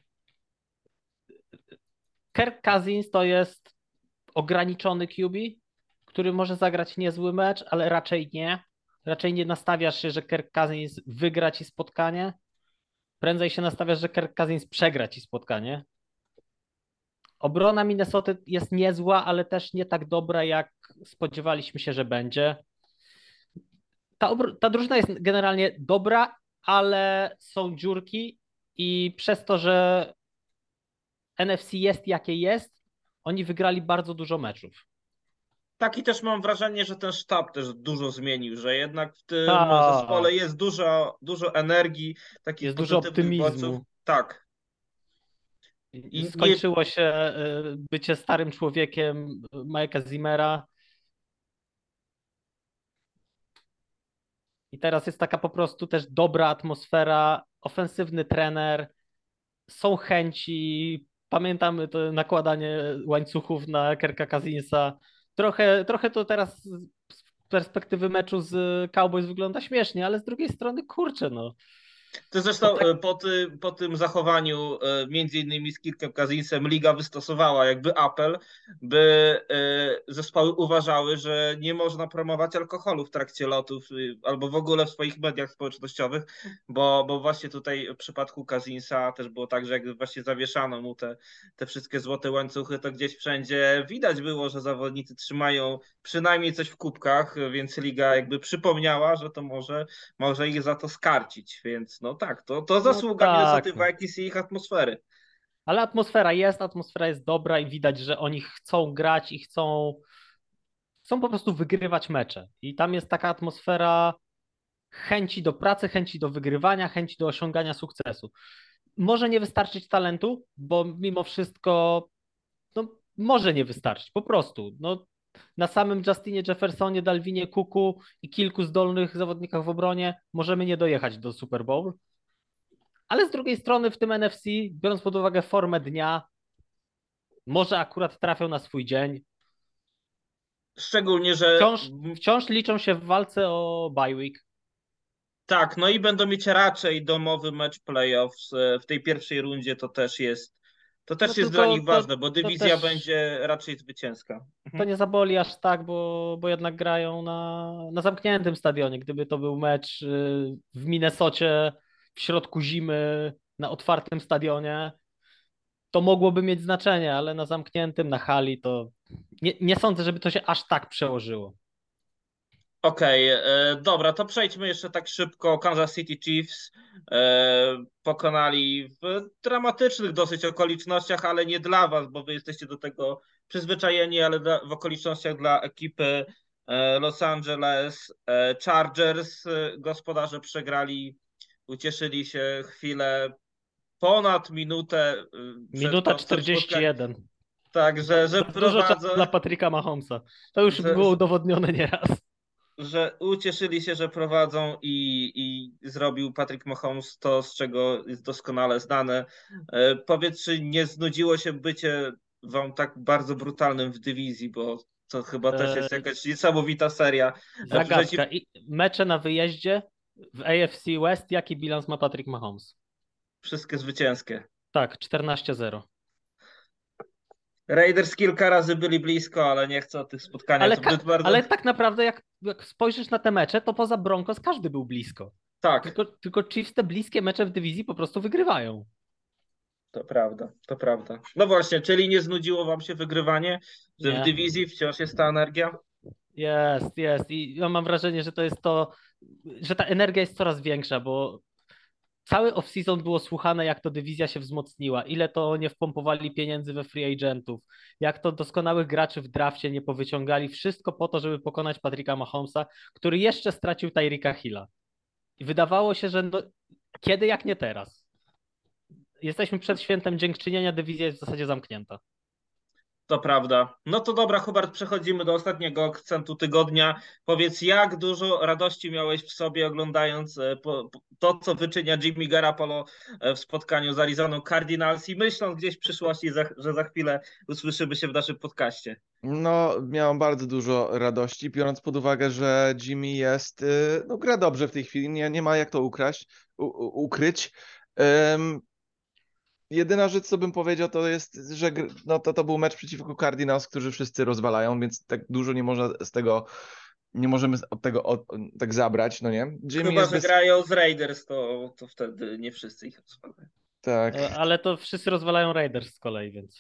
Kirk Cousins to jest ograniczony Q B, który może zagrać niezły mecz, ale raczej nie. Raczej nie nastawiasz się, że Kirk Cousins wygra ci spotkanie. Prędzej się nastawiasz, że Kirk Cousins przegra ci spotkanie. Obrona Minnesota jest niezła, ale też nie tak dobra, jak spodziewaliśmy się, że będzie. Ta, ta drużyna jest generalnie dobra, ale są dziurki i przez to, że N F C jest jakie jest, oni wygrali bardzo dużo meczów. Tak, i też mam wrażenie, że ten sztab też dużo zmienił, że jednak w tym zespole Tak, jest dużo, dużo energii, takich jest dużo pozytywnych bodźców. optymizmu. Tak. I nie, Skończyło się y, bycie starym człowiekiem Mike'a Zimmera i teraz jest taka po prostu też dobra atmosfera, ofensywny trener, są chęci, pamiętamy to nakładanie łańcuchów na Kirka Cousinsa. Trochę, trochę to teraz z perspektywy meczu z Cowboys wygląda śmiesznie, ale z drugiej strony, kurczę, no. To To zresztą tak, e, po, ty, po tym zachowaniu, e, między innymi z Kirkiem Cousinsem, liga wystosowała jakby apel, by e, zespoły uważały, że nie można promować alkoholu w trakcie lotów y, albo w ogóle w swoich mediach społecznościowych, bo, bo właśnie tutaj w przypadku Cousinsa też było tak, że jak właśnie zawieszano mu te, te wszystkie złote łańcuchy, to gdzieś wszędzie widać było, że zawodnicy trzymają przynajmniej coś w kubkach, więc liga jakby przypomniała, że to może, może ich za to skarcić, więc no tak, to, to no zasługa Minnesota tak, no. Vikings i ich atmosfery. Ale atmosfera jest, atmosfera jest dobra i widać, że oni chcą grać i chcą, chcą po prostu wygrywać mecze. I tam jest taka atmosfera chęci do pracy, chęci do wygrywania, chęci do osiągania sukcesu. Może nie wystarczyć talentu, bo mimo wszystko no, może nie wystarczyć, po prostu. No, Na samym Justinie Jeffersonie, Dalvinie Cooku i kilku zdolnych zawodnikach w obronie możemy nie dojechać do Super Bowl. Ale z drugiej strony w tym N F C, biorąc pod uwagę formę dnia, może akurat trafią na swój dzień. Szczególnie, że Wciąż, wciąż liczą się w walce o bye week. tak, no i będą mieć raczej domowy mecz playoffs w tej pierwszej rundzie, to też jest, to też No jest dla tylko nich to, ważne, bo to dywizja też będzie raczej zwycięska. to Mhm. nie zaboli aż tak, bo, bo jednak grają na, na zamkniętym stadionie. Gdyby to był mecz y, w Minnesocie w środku zimy na otwartym stadionie, to mogłoby mieć znaczenie, ale na zamkniętym, na hali to nie, nie sądzę, żeby to się aż tak przełożyło. Okej, e, dobra, to przejdźmy jeszcze tak szybko. Kansas City Chiefs e, pokonali w dramatycznych dosyć okolicznościach, ale nie dla was, bo wy jesteście do tego przyzwyczajeni, ale dla, w okolicznościach dla ekipy e, Los Angeles e, Chargers. E, Gospodarze przegrali, ucieszyli się chwilę, ponad minutę e, przed Minuta końcem czterdzieści spotkania. jeden. Tak, Za, że, że za dużo czasu prowadzą, dla Patryka Mahomesa. To już że, było udowodnione nieraz. że ucieszyli się, że prowadzą i, i zrobił Patrick Mahomes to, z czego jest doskonale znane. E, powiedz, czy nie znudziło się bycie wam tak bardzo brutalnym w dywizji, bo to chyba też E, jest jakaś niesamowita seria. E, Przeciw... zagadka. I mecze na wyjeździe w A F C West, jaki bilans ma Patrick Mahomes? Wszystkie zwycięskie. Tak, czternaście zero. Raiders kilka razy byli blisko, ale nie chcę o tych spotkaniach Ale, zbyt ka- bardzo. ale tak naprawdę, jak, jak spojrzysz na te mecze, to poza Broncos każdy był blisko. Tak, Tylko, tylko Chiefs te bliskie mecze w dywizji po prostu wygrywają. to prawda, to prawda. No właśnie, czyli nie znudziło wam się wygrywanie, że w Nie. dywizji wciąż jest ta energia? Jest, jest. I ja mam wrażenie, że to jest to, że ta energia jest coraz większa, bo cały off-season było słuchane, jak to dywizja się wzmocniła, ile to nie wpompowali pieniędzy we free agentów, jak to doskonałych graczy w drafcie nie powyciągali, wszystko po to, żeby pokonać Patricka Mahomesa, który jeszcze stracił Tyreeka Hilla. I wydawało się, że no, kiedy jak nie teraz. Jesteśmy przed świętem dziękczynienia, dywizja jest w zasadzie zamknięta. To prawda. No to dobra, Hubert, przechodzimy do ostatniego akcentu tygodnia. Powiedz, jak dużo radości miałeś w sobie oglądając e, po, po, to, co wyczynia Jimmy Garoppolo e, w spotkaniu z Arizoną Cardinals i myśląc gdzieś w przyszłości, za, że za chwilę usłyszymy się w naszym podcaście. No, miałem bardzo dużo radości, biorąc pod uwagę, że Jimmy jest, y, no gra dobrze w tej chwili, nie, nie ma jak to ukraść, u, u, ukryć. Um, jedyna rzecz, co bym powiedział, to jest, że gr- no, to, to był mecz przeciwko Cardinals, którzy wszyscy rozwalają, więc tak dużo nie można z tego, nie możemy od tego od, tak zabrać, no nie? Jimmy Chyba, jest że bez... grają z Raiders, to, to wtedy nie wszyscy ich rozwalają. Tak. E, Ale to wszyscy rozwalają Raiders z kolei, więc.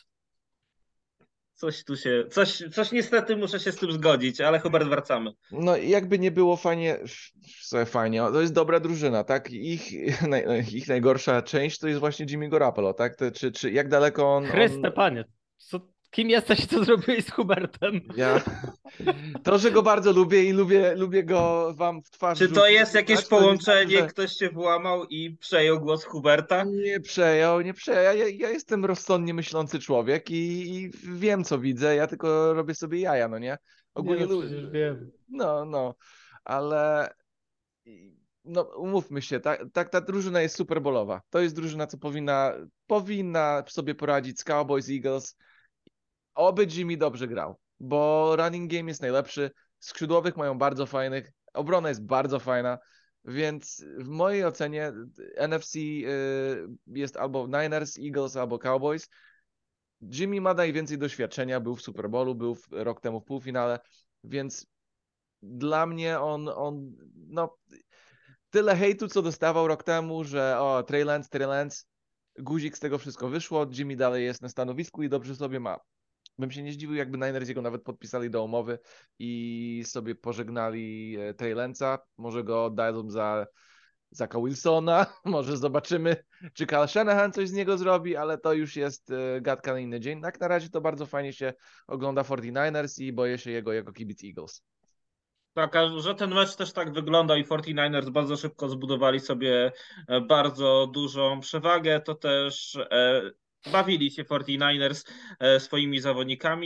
Coś tu się, coś, coś niestety muszę się z tym zgodzić, ale Hubert, wracamy. No i jakby nie było fajnie, sobie fajnie, to jest dobra drużyna, tak? Ich, naj, ich najgorsza część to jest właśnie Jimmy Garoppolo, tak? To, czy, czy jak daleko on, on... Chryste, panie, co, kim jesteś i co zrobiłeś z Hubertem? Ja... To, że go bardzo lubię i lubię, lubię go wam w twarz Czy to rzucić, jest jakieś tak? To nie znaczy, połączenie, że ktoś się włamał i przejął głos Huberta? nie przejął, nie przejął. Ja, ja jestem rozsądnie myślący człowiek i, i wiem, co widzę, ja tylko robię sobie jaja, no nie? Nie Ogólnie, no, lu- przecież wiem. no, no, ale no, umówmy się, tak, tak, ta drużyna jest superbolowa. To jest drużyna, co powinna, powinna sobie poradzić z Cowboys, Eagles. Oby Jimmy dobrze grał, bo running game jest najlepszy, skrzydłowych mają bardzo fajnych, obrona jest bardzo fajna, więc w mojej ocenie N F C y, jest albo Niners, Eagles, albo Cowboys. Jimmy ma najwięcej doświadczenia, był w Super Bowlu, był w, rok temu w półfinale, więc dla mnie on, on no, tyle hejtu, co dostawał rok temu, że o, Trey Lance, Trey Lance, guzik z tego wszystko wyszło, Jimmy dalej jest na stanowisku i dobrze sobie ma. Bym się nie zdziwił, jakby Niners jego nawet podpisali do umowy i sobie pożegnali e, Trey Lance'a. Może go oddają za Zacka Wilsona, może zobaczymy, czy Kyle Shanahan coś z niego zrobi, ale to już jest e, gadka na inny dzień. Tak na razie to bardzo fajnie się ogląda czterdzieści i boję się jego jako kibic Eagles. Tak, a że ten mecz też tak wygląda i czterdzieści bardzo szybko zbudowali sobie e, bardzo dużą przewagę, to też e, bawili się czterdzieści e, swoimi zawodnikami.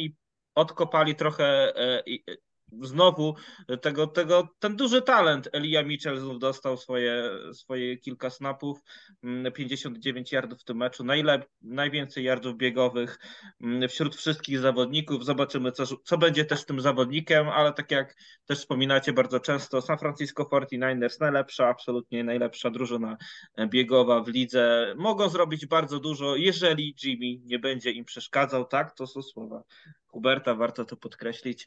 odkopali trochę e, i- znowu tego, tego, ten duży talent. Elijah Mitchell znów dostał swoje, swoje kilka snapów, mm, pięćdziesiąt dziewięć yardów w tym meczu, najlep, najwięcej yardów biegowych mm, wśród wszystkich zawodników. Zobaczymy, co, co będzie też tym zawodnikiem, ale tak jak też wspominacie bardzo często, San Francisco czterdzieści dziewięć najlepsza, absolutnie najlepsza drużyna biegowa w lidze. Mogą zrobić bardzo dużo, jeżeli Jimmy nie będzie im przeszkadzał, tak? To są słowa Huberta, warto to podkreślić.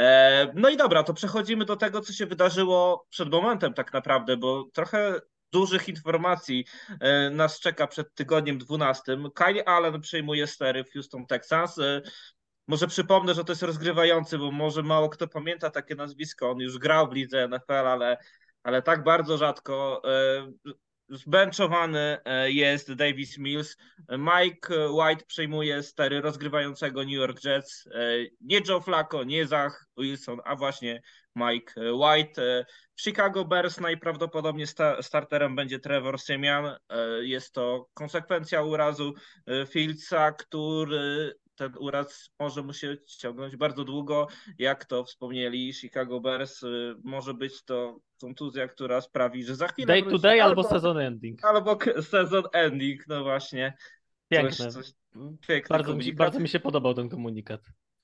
E, No i dobra, to przechodzimy do tego, co się wydarzyło przed momentem tak naprawdę, bo trochę dużych informacji e, nas czeka przed tygodniem dwunastym. Kyle Allen przejmuje stery w Houston Texans. E, Może przypomnę, że to jest rozgrywający, bo może mało kto pamięta takie nazwisko. On już grał w lidze N F L, ale, ale tak bardzo rzadko. E, Zbenchowany e, jest Davis Mills. Mike White przejmuje stery rozgrywającego New York Jets. E, Nie Joe Flacco, nie Zach Wilson, a właśnie Mike White. E, W Chicago Bears najprawdopodobniej sta starterem będzie Trevor Siemian. E, Jest to konsekwencja urazu e, Fieldsa, który ten uraz może mu się ciągnąć bardzo długo. Jak to wspomnieli Chicago Bears, y, może być to kontuzja, która sprawi, że za chwilę Day to wróci, day albo albo, sezon ending. albo k- sezon ending, no właśnie. Coś, Piękne. coś, piękny Bardzo mi, się- komunikat. bardzo mi się podobał ten komunikat.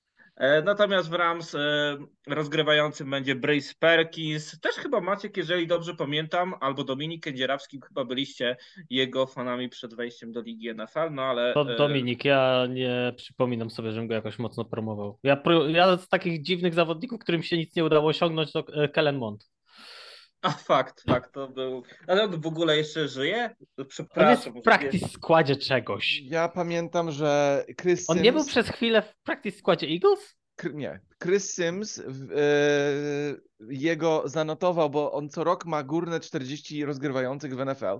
E, Natomiast w Rams e, rozgrywającym będzie Brace Perkins. Też chyba Maciek, jeżeli dobrze pamiętam, albo Dominik Kędzierawski, chyba byliście jego fanami przed wejściem do Ligi N F L, no ale To e, Dominik, ja nie przypominam sobie, żebym go jakoś mocno promował. Ja, pro, ja z takich dziwnych zawodników, którym się nic nie udało osiągnąć, to e, Kellen Mond. a fakt, fakt, to był. Ale on w ogóle jeszcze żyje? On jest Przepraszam, w może wie. practice składzie czegoś. Ja pamiętam, że Chris On nie był Sims, przez chwilę w practice składzie Eagles? Kr- nie, Chris Sims w, e, jego zanotował, bo on co rok ma górne czterdzieści rozgrywających w N F L.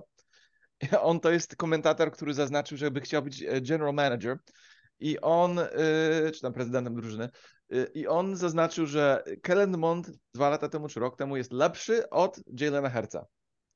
On to jest komentator, który zaznaczył, że by chciał być e, general manager i on, e, czy tam prezydentem drużyny, e, i on zaznaczył, że Kellen Mond dwa lata temu czy rok temu jest lepszy od Jalena Hurtsa.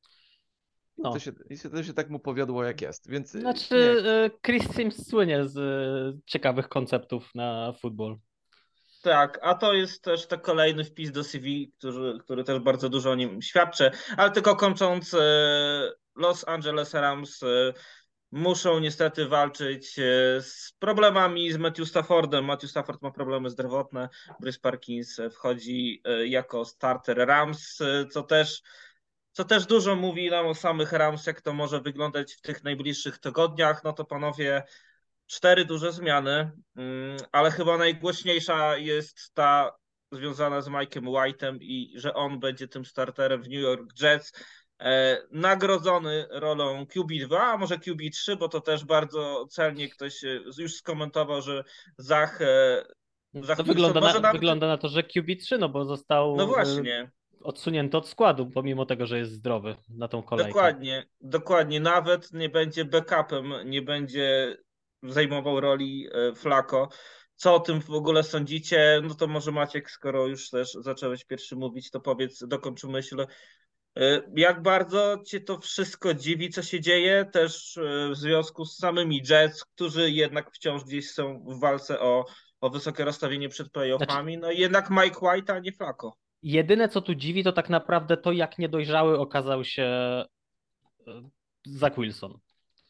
I to No. się, i się, to się tak mu powiodło, jak jest. Więc e, Znaczy, nie, e, Chris Sims słynie z e, ciekawych konceptów na futbol. Tak, a to jest też to kolejny wpis do C V, który, który też bardzo dużo o nim świadczy. Ale tylko kończąc, e, Los Angeles Rams e, muszą niestety walczyć e, z problemami z Matthew Staffordem. Matthew Stafford ma problemy zdrowotne. Bruce Perkins e, wchodzi e, jako starter Rams, e, co też co też dużo mówi nam o samych Rams, jak to może wyglądać w tych najbliższych tygodniach. No to panowie, cztery duże zmiany, mm, ale chyba najgłośniejsza jest ta związana z Mike'em White'em i że on będzie tym starterem w New York Jets. E, nagrodzony rolą Q B dwa, a może Q B trzy, bo to też bardzo celnie ktoś e, już skomentował, że Zach, e, To Zach Wilson wygląda może na, nawet. wygląda na to, że Q B trzy, no bo No został e, właśnie. odsunięty od składu, pomimo tego, że jest zdrowy na tą kolejkę. Dokładnie, dokładnie. Nawet nie będzie backupem, nie będzie zajmował roli e, Flacco. Co o tym w ogóle sądzicie? No to może Maciek, skoro już też zacząłeś pierwszy mówić, to powiedz, dokończ myśl. E, Jak bardzo cię to wszystko dziwi, co się dzieje, też e, w związku z samymi Jets, którzy jednak wciąż gdzieś są w walce o, o wysokie rozstawienie przed Znaczy, playoffami, no i jednak Mike White, a nie Flacco. jedyne, co tu dziwi, to tak naprawdę to, jak niedojrzały okazał się e, Zach Wilson.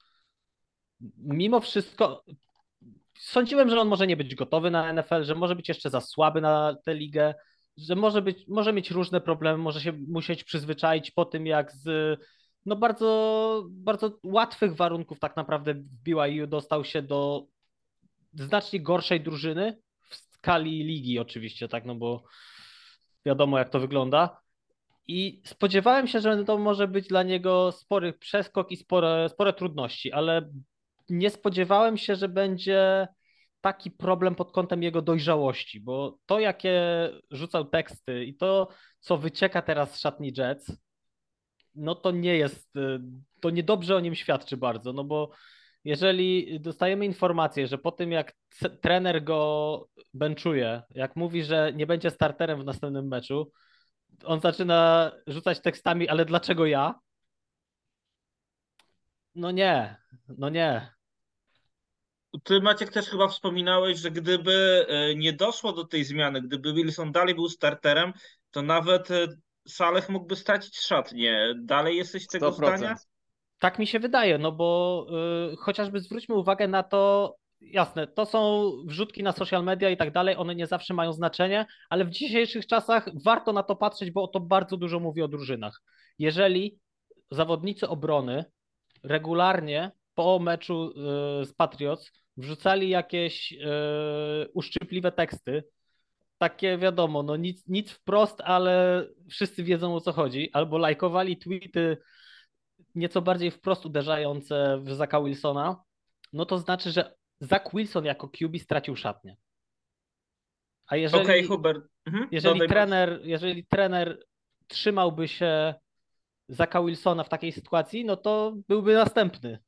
Mimo wszystko sądziłem, że on może nie być gotowy na N F L, że może być jeszcze za słaby na tę ligę, że może być, może mieć różne problemy, może się musieć przyzwyczaić po tym, jak z no bardzo, bardzo łatwych warunków tak naprawdę w B Y U dostał się do znacznie gorszej drużyny w skali ligi oczywiście, tak, no bo wiadomo, jak to wygląda. I spodziewałem się, że to może być dla niego spory przeskok i spore, spore trudności, ale nie spodziewałem się, że będzie taki problem pod kątem jego dojrzałości, bo to, jakie rzucał teksty i to, co wycieka teraz z szatni Jets, no to nie jest, to niedobrze o nim świadczy bardzo, no bo jeżeli dostajemy informację, że po tym jak c- trener go benchuje, jak mówi, że nie będzie starterem w następnym meczu, on zaczyna rzucać tekstami, ale dlaczego ja? No nie, no nie. Ty, Maciek, też chyba wspominałeś, że gdyby e, nie doszło do tej zmiany, gdyby Wilson dalej był starterem, to nawet e, Saleh mógłby stracić szatnię. Dalej jesteś tego sto zdania? procent. Tak mi się wydaje, no bo y, chociażby zwróćmy uwagę na to, jasne, to są wrzutki na social media i tak dalej, one nie zawsze mają znaczenie, ale w dzisiejszych czasach warto na to patrzeć, bo to bardzo dużo mówi o drużynach. Jeżeli zawodnicy obrony regularnie po meczu y, z Patriots wrzucali jakieś y, uszczypliwe teksty, takie wiadomo, no nic, nic wprost, ale wszyscy wiedzą o co chodzi, albo lajkowali tweety nieco bardziej wprost uderzające w Zacka Wilsona, no to znaczy, że Zach Wilson jako Q B stracił szatnię. A Okej, jeżeli, Hubert. Mhm, jeżeli dodaj, Max. trener, jeżeli trener trzymałby się Zacka Wilsona w takiej sytuacji, no to byłby następny.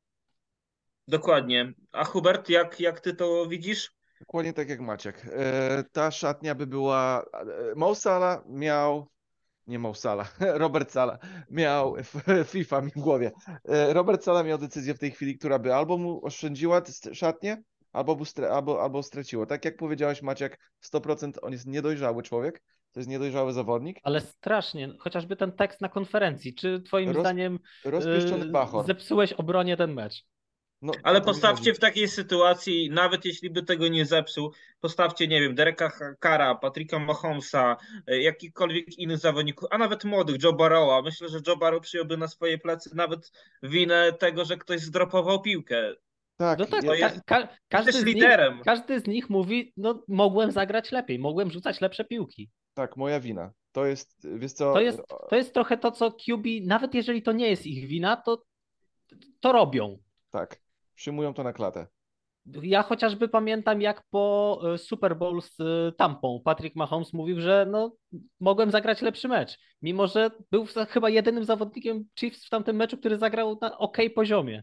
Dokładnie. A Hubert, jak, jak ty to widzisz? Dokładnie tak jak Maciek. E, ta szatnia by była... e, Mo Salah miał... Nie Mo Salah, Robert Salah miał f- FIFA mi w głowie. E, Robert Salah miał decyzję w tej chwili, która by albo mu oszczędziła t- st- szatnię, albo, mu stra- albo, albo straciło. Tak jak powiedziałeś, Maciek, sto procent on jest niedojrzały człowiek, to jest niedojrzały zawodnik. Ale strasznie, chociażby ten tekst na konferencji. Czy twoim Roz, zdaniem rozpieszczony yy, bachor. zepsułeś obronie ten mecz? No, o Ale to mi postawcie chodzi. w takiej sytuacji, nawet jeśli by tego nie zepsuł, postawcie, nie wiem, Dereka Carra, Patricka Mahomesa, e, jakichkolwiek innych zawodników, a nawet młodych, Joe Burrowa. Myślę, że Joe Burrow przyjąłby na swoje plecy nawet winę tego, że ktoś zdropował piłkę. No Tak, tak, To je, ka jest, ka jesteś każdy z nich, liderem. każdy z nich mówi, no mogłem zagrać lepiej, mogłem rzucać lepsze piłki. tak, moja wina. To jest, wiesz To co, jest, to jest trochę to, co Q B, nawet jeżeli to nie jest ich wina, to, to robią. tak, przyjmują to na klatę. Ja chociażby pamiętam, jak po e, Super Bowl z e, Tampą Patrick Mahomes mówił, że no, mogłem zagrać lepszy mecz, mimo że był za- chyba jedynym zawodnikiem Chiefs w tamtym meczu, który zagrał na OK poziomie.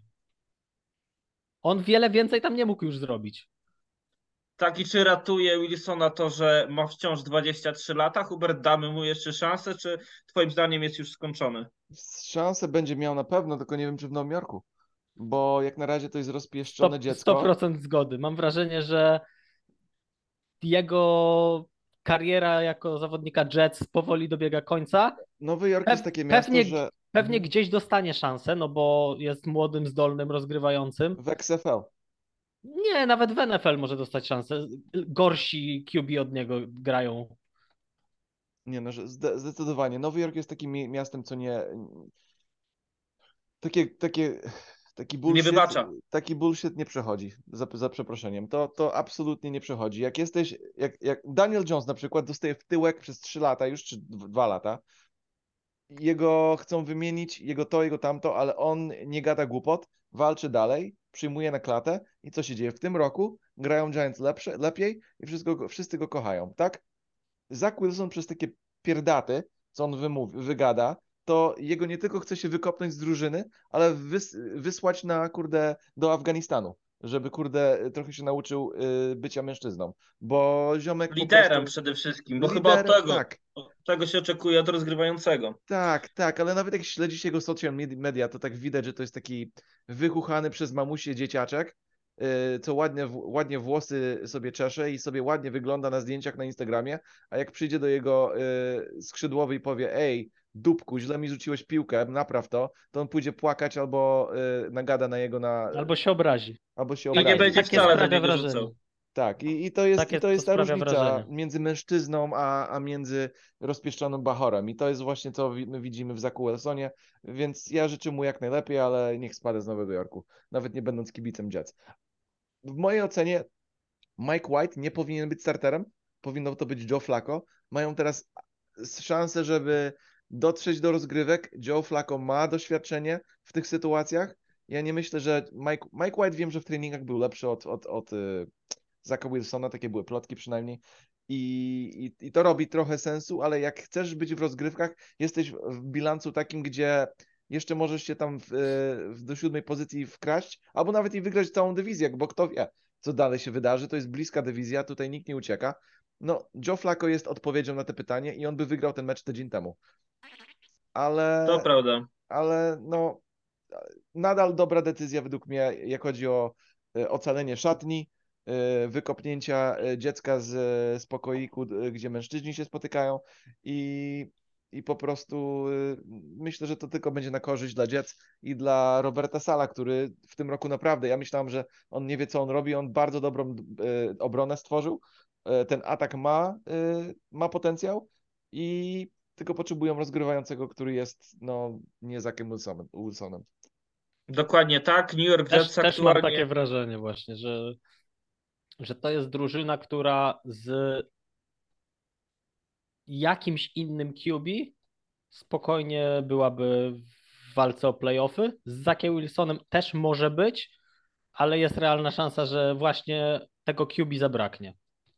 On wiele więcej tam nie mógł już zrobić. Tak, i czy ratuje Wilsona to, że ma wciąż dwadzieścia trzy lata? Hubert, damy mu jeszcze szansę, czy twoim zdaniem jest już skończony? Szansę będzie miał na pewno, tylko nie wiem, czy w Nowym Jorku. Bo jak na razie to jest rozpieszczone sto, sto dziecko. procent zgody. Mam wrażenie, że jego kariera jako zawodnika Jets powoli dobiega końca. Nowy Jork jest Pew, takie miasto, pewnie, że pewnie mhm, gdzieś dostanie szansę, no bo jest młodym, zdolnym, rozgrywającym. w X F L. Nie, nawet w N F L może dostać szansę. Gorsi Q B od niego grają. Nie no, że zde, zdecydowanie. Nowy Jork jest takim mi- miastem, co nie... Takie, takie, taki Nie bullshit, wybacza. taki bullshit nie przechodzi, za, za przeproszeniem. To, to absolutnie nie przechodzi. Jak jesteś, jak, jak Daniel Jones na przykład dostaje w tyłek przez trzy lata już, czy dwa lata, jego chcą wymienić, jego to, jego tamto, ale on nie gada głupot, walczy dalej, przyjmuje na klatę i co się dzieje? W tym roku grają Giants lepsze, lepiej i wszystko, go- wszyscy go kochają, tak? Zach Wilson przez takie pierdaty, co on wymówi, wygada, to jego nie tylko chce się wykopnąć z drużyny, ale wys, wysłać na, kurde, do Afganistanu, żeby, kurde, trochę się nauczył y, bycia mężczyzną, bo ziomek po Liderem prostu przede wszystkim, bo chyba od liderem, tego, tak. od tego się oczekuje od rozgrywającego. Tak, tak, ale nawet jak śledzisz jego social medi- media, to tak widać, że to jest taki wychuchany przez mamusię dzieciaczek, yy, co ładnie, w- ładnie włosy sobie czesze i sobie ładnie wygląda na zdjęciach na Instagramie, a jak przyjdzie do jego yy, skrzydłowy i powie, ej, dupku, źle mi rzuciłeś piłkę, napraw to, to on pójdzie płakać albo yy, nagada na jego na, Albo się obrazi. albo się I nie Takie, obrazi. będzie takie wcale do sprawia niego wrażenie. rzucał. Tak, i, i to jest, i Takie to to jest ta sprawia różnica wrażenie. między mężczyzną a, a między rozpieszczonym bachorem. I to jest właśnie co wi- my widzimy w Zaku Wilsonie, więc ja życzę mu jak najlepiej, ale niech spada z Nowego Jorku, nawet nie będąc kibicem Jets. W mojej ocenie Mike White nie powinien być starterem, powinno to być Joe Flacco. Mają teraz szansę, żeby dotrzeć do rozgrywek. Joe Flacco ma doświadczenie w tych sytuacjach. Ja nie myślę, że Mike, Mike White wiem, że w treningach był lepszy od, od, od y, Zacka Wilsona, takie były plotki przynajmniej. I, i, I to robi trochę sensu, ale jak chcesz być w rozgrywkach, jesteś w bilansu takim, gdzie jeszcze możesz się tam w, w, do siódmej pozycji wkraść, albo nawet i wygrać całą dywizję, bo kto wie, co dalej się wydarzy. To jest bliska dywizja, tutaj nikt nie ucieka. No, Joe Flacco jest odpowiedzią na to pytanie i on by wygrał ten mecz tydzień temu. To Ale, prawda. ale no, nadal dobra decyzja według mnie, jak chodzi o e, ocalenie szatni, e, wykopnięcia e, dziecka z, z pokoiku, d- gdzie mężczyźni się spotykają i, i po prostu e, myślę, że to tylko będzie na korzyść dla dziec i dla Roberta Sala, który w tym roku naprawdę, ja myślałem, że on nie wie, co on robi, on bardzo dobrą e, obronę stworzył, e, ten atak ma, e, ma potencjał i tylko potrzebują rozgrywającego, który jest no nie Zackiem Wilsonem. Wilsonem. Dokładnie tak. New York Też, Jets też mam aktualnie. takie wrażenie właśnie, że, że to jest drużyna, która z jakimś innym Q B spokojnie byłaby w walce o playoffy. Z Zackiem Wilsonem też może być, ale jest realna szansa, że właśnie tego Q B zabraknie.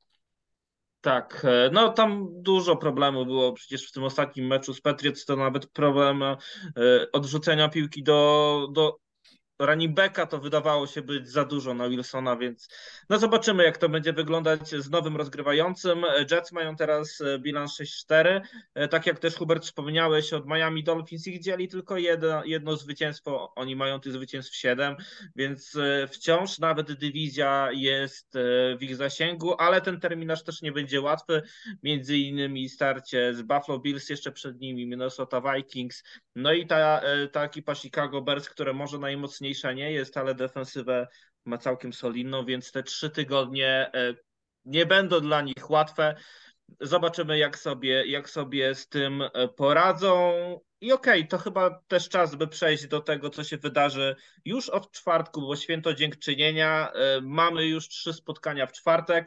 Tak, e, no tam dużo problemów było przecież w tym ostatnim meczu z Patriots, to nawet problem e, odrzucenia piłki do, do running backa to wydawało się być za dużo na Wilsona, więc no zobaczymy, jak to będzie wyglądać z nowym rozgrywającym. Jets mają teraz bilans sześć cztery. Tak jak też Hubert wspomniałeś, od Miami Dolphins ich dzieli tylko jedno, jedno zwycięstwo. Oni mają tych zwycięstw siedem, więc wciąż nawet dywizja jest w ich zasięgu, ale ten terminarz też nie będzie łatwy. Między innymi starcie z Buffalo Bills, jeszcze przed nimi Minnesota Vikings, no i ta, ta ekipa Chicago Bears, które może najmocniejsza nie jest, ale defensywę ma całkiem solidną, więc te trzy tygodnie nie będą dla nich łatwe. Zobaczymy, jak sobie, jak sobie z tym poradzą. I okej, okay, to chyba też czas, by przejść do tego, co się wydarzy już od czwartku, bo święto dziękczynienia. Mamy już trzy spotkania w czwartek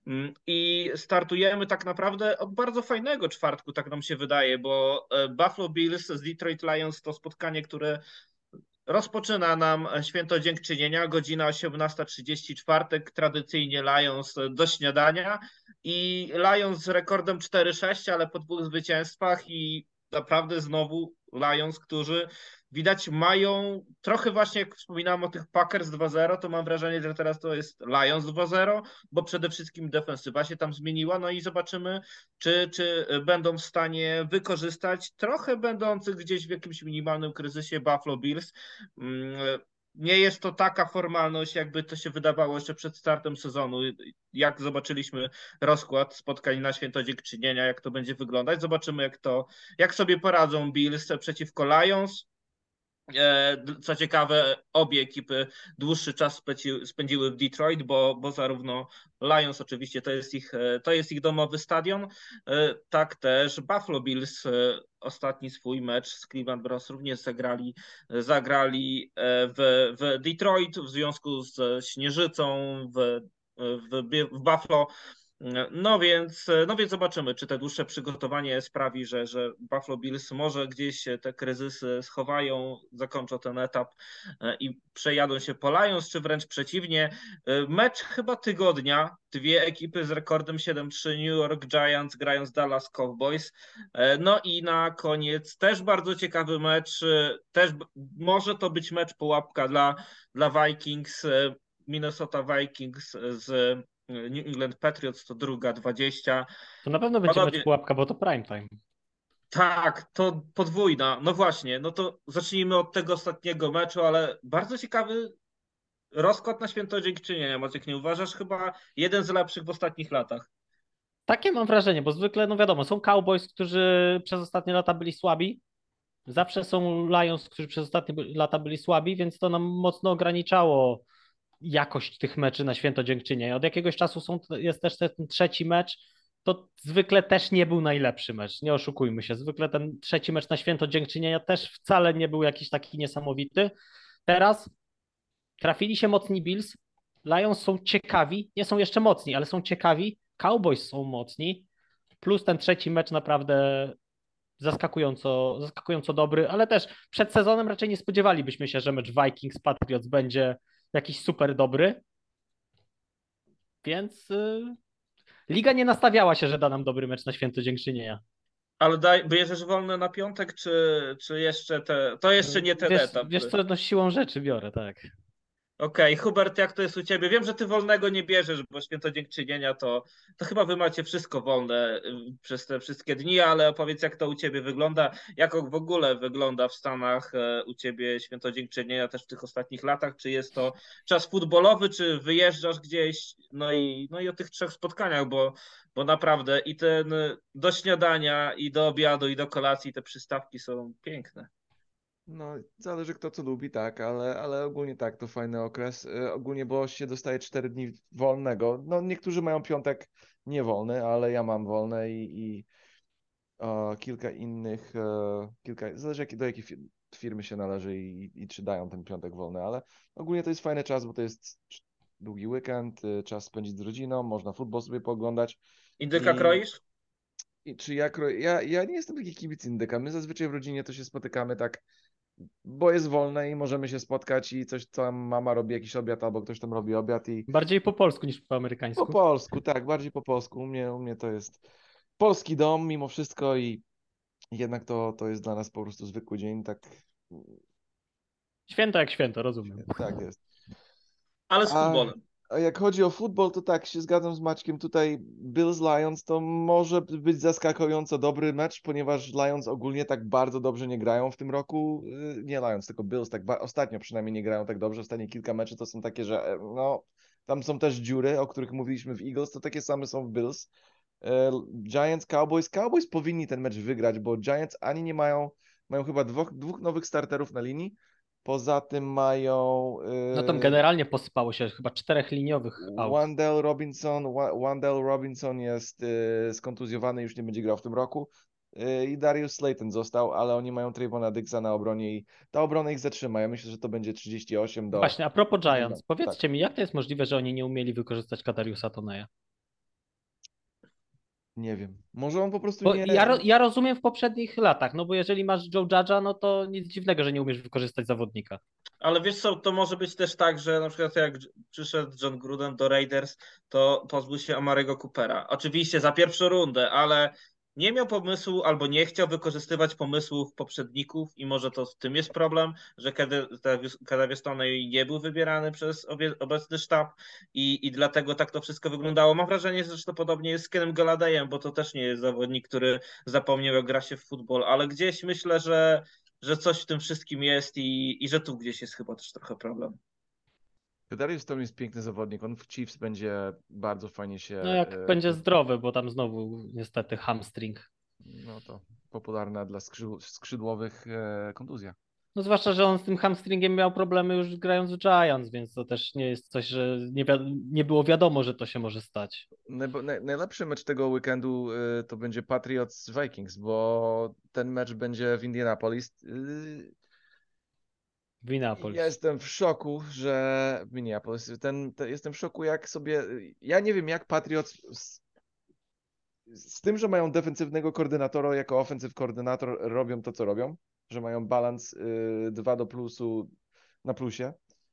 i startujemy tak naprawdę od bardzo fajnego czwartku, tak nam się wydaje, bo Buffalo Bills z Detroit Lions to spotkanie, które rozpoczyna nam święto dziękczynienia, godzina osiemnasta trzydzieści, czwartek, tradycyjnie Lions do śniadania i Lions z rekordem cztery sześć, ale po dwóch zwycięstwach i naprawdę znowu Lions, którzy widać mają trochę właśnie, jak wspominałem o tych Packers dwa zero, to mam wrażenie, że teraz to jest Lions dwa zero, bo przede wszystkim defensywa się tam zmieniła, no i zobaczymy, czy, czy będą w stanie wykorzystać trochę będących gdzieś w jakimś minimalnym kryzysie Buffalo Bills. Nie jest to taka formalność, jakby to się wydawało jeszcze przed startem sezonu. Jak zobaczyliśmy rozkład spotkań na święto dziękczynienia, jak to będzie wyglądać. Zobaczymy, jak to, jak sobie poradzą Bills przeciwko Lions. Co ciekawe, obie ekipy dłuższy czas spędziły w Detroit, bo, bo zarówno Lions oczywiście to jest, ich, to jest ich domowy stadion, tak też Buffalo Bills ostatni swój mecz z Cleveland Browns również zagrali, zagrali w, w Detroit w związku z śnieżycą w, w, w Buffalo. No więc, no więc zobaczymy, czy te dłuższe przygotowanie sprawi, że, że Buffalo Bills może gdzieś te kryzysy schowają, zakończą ten etap i przejadą się po Lions, czy wręcz przeciwnie. Mecz chyba tygodnia, dwie ekipy z rekordem siedem trzy, New York Giants grają z Dallas Cowboys. No i na koniec też bardzo ciekawy mecz, też może to być mecz pułapka dla, dla Vikings, Minnesota Vikings z New England Patriots to druga dwadzieścia. To na pewno będzie Panowie, mecz pułapka, bo to prime time. Tak, to podwójna. No właśnie, no to zacznijmy od tego ostatniego meczu, ale bardzo ciekawy rozkład na święto dziękczynienia. Maciek, nie uważasz? Chyba jeden z lepszych w ostatnich latach. Takie mam wrażenie, bo zwykle, no wiadomo, są Cowboys, którzy przez ostatnie lata byli słabi. Zawsze są Lions, którzy przez ostatnie lata byli słabi, więc to nam mocno ograniczało jakość tych meczy na święto dziękczynienia. Od jakiegoś czasu są, jest też ten trzeci mecz, to zwykle też nie był najlepszy mecz, nie oszukujmy się. Zwykle ten trzeci mecz na święto dziękczynienia też wcale nie był jakiś taki niesamowity. Teraz trafili się mocni Bills, Lions są ciekawi, nie są jeszcze mocni, ale są ciekawi, Cowboys są mocni, plus ten trzeci mecz naprawdę zaskakująco, zaskakująco dobry, ale też przed sezonem raczej nie spodziewalibyśmy się, że mecz Vikings-Patriots będzie jakiś super dobry, więc y, liga nie nastawiała się, że da nam dobry mecz na święto dziękczynienia. Ale daj, bierzesz wolne na piątek, czy, czy jeszcze te, to jeszcze nie ten Wiesz, etap? wiesz co, no siłą rzeczy biorę, tak. Okej, Hubert, jak to jest u ciebie? Wiem, że ty wolnego nie bierzesz, bo święto dziękczynienia to, to chyba wy macie wszystko wolne y, przez te wszystkie dni, ale opowiedz, jak to u ciebie wygląda, jak w ogóle wygląda w Stanach e, u ciebie święto dziękczynienia też w tych ostatnich latach, czy jest to czas futbolowy, czy wyjeżdżasz gdzieś, no i, no i o tych trzech spotkaniach, bo, bo naprawdę i ten y, do śniadania, i do obiadu, i do kolacji te przystawki są piękne. No, zależy kto co lubi, tak, ale, ale ogólnie tak, to fajny okres. Y, Ogólnie, bo się dostaje cztery dni wolnego. No, niektórzy mają piątek niewolny, ale ja mam wolne i, i e, kilka innych, e, kilka, zależy jak, do jakiej fi- firmy się należy i, i czy dają ten piątek wolny, ale ogólnie to jest fajny czas, bo to jest cz- długi weekend, y, czas spędzić z rodziną, można futbol sobie pooglądać Indyka i, kroisz? i czy ja, kro- ja, ja nie jestem taki kibic indyka, my zazwyczaj w rodzinie to się spotykamy tak, bo jest wolne i możemy się spotkać i coś tam mama robi jakiś obiad albo ktoś tam robi obiad i Bardziej po polsku niż po po amerykańsku. polsku, tak, bardziej po polsku. U mnie, u mnie to jest polski dom mimo wszystko i jednak to, to jest dla nas po prostu zwykły dzień, tak, Święto jak święto, rozumiem. tak jest. Ale z A, futbolem. a jak chodzi o futbol, to tak, się zgadzam z Maćkiem. Tutaj Bills Lions to może być zaskakująco dobry mecz, ponieważ Lions ogólnie tak bardzo dobrze nie grają w tym roku. Y, Nie Lions, tylko Bills, tak ba- ostatnio przynajmniej nie grają tak dobrze. Ostatnie kilka meczy to są takie, że e, no, tam są też dziury, o których mówiliśmy w Eagles, to takie same są w Bills. E, Giants, Cowboys. Cowboys powinni ten mecz wygrać, bo Giants ani nie mają, mają chyba dwóch, dwóch nowych starterów na linii. Poza tym mają No tam y, generalnie posypało się chyba czterech liniowych aut. Wandale Robinson, Wa- Wandale Robinson jest y, skontuzjowany, już nie będzie grał w tym roku. Y, I Darius Slayton został, ale oni mają Trayvona Diggsa na obronie i ta obrona ich zatrzyma. Ja myślę, że to będzie trzydzieści osiem do Właśnie, a propos siedem bram. Giants, Tak, powiedzcie mi, jak to jest możliwe, że oni nie umieli wykorzystać Kadariusa Toneja? nie wiem. Może on po prostu Bo nie. ja, ro- ja rozumiem w poprzednich latach, no bo jeżeli masz Joe Judge'a, no to nic dziwnego, że nie umiesz wykorzystać zawodnika. Ale wiesz co, to może być też tak, że na przykład jak przyszedł John Gruden do Raiders, to pozbył się Amarego Coopera. Oczywiście za pierwszą rundę, ale nie miał pomysłu albo nie chciał wykorzystywać pomysłów poprzedników i może to w tym jest problem, że Kadarius Toney nie był wybierany przez obie- obecny sztab i, i dlatego tak to wszystko wyglądało. Mam wrażenie, że to podobnie jest z Kenem Galladejem, bo to też nie jest zawodnik, który zapomniał jak gra się w futbol, ale gdzieś myślę, że że coś w tym wszystkim jest i, i że tu gdzieś jest chyba też trochę problem. Darius Storm jest piękny zawodnik. On w Chiefs będzie bardzo fajnie się. No jak e, będzie czuł. zdrowy, bo tam znowu niestety hamstring. No to popularna dla skrzydł- skrzydłowych e, kontuzja. No zwłaszcza, że on z tym hamstringiem miał problemy już grając w Giants, więc to też nie jest coś, że nie, wi- nie było wiadomo, że to się może stać. Najbo- naj- Najlepszy mecz tego weekendu y, to będzie Patriots Vikings, bo ten mecz będzie w Indianapolis. Y, W Minneapolis. Jestem w szoku, że w Minneapolis. Ten, te, jestem w szoku, jak sobie. Ja nie wiem, jak Patriots z, z tym, że mają defensywnego koordynatora jako offensive koordynator, robią to, co robią, że mają balans y, dwa do plusu na plusie.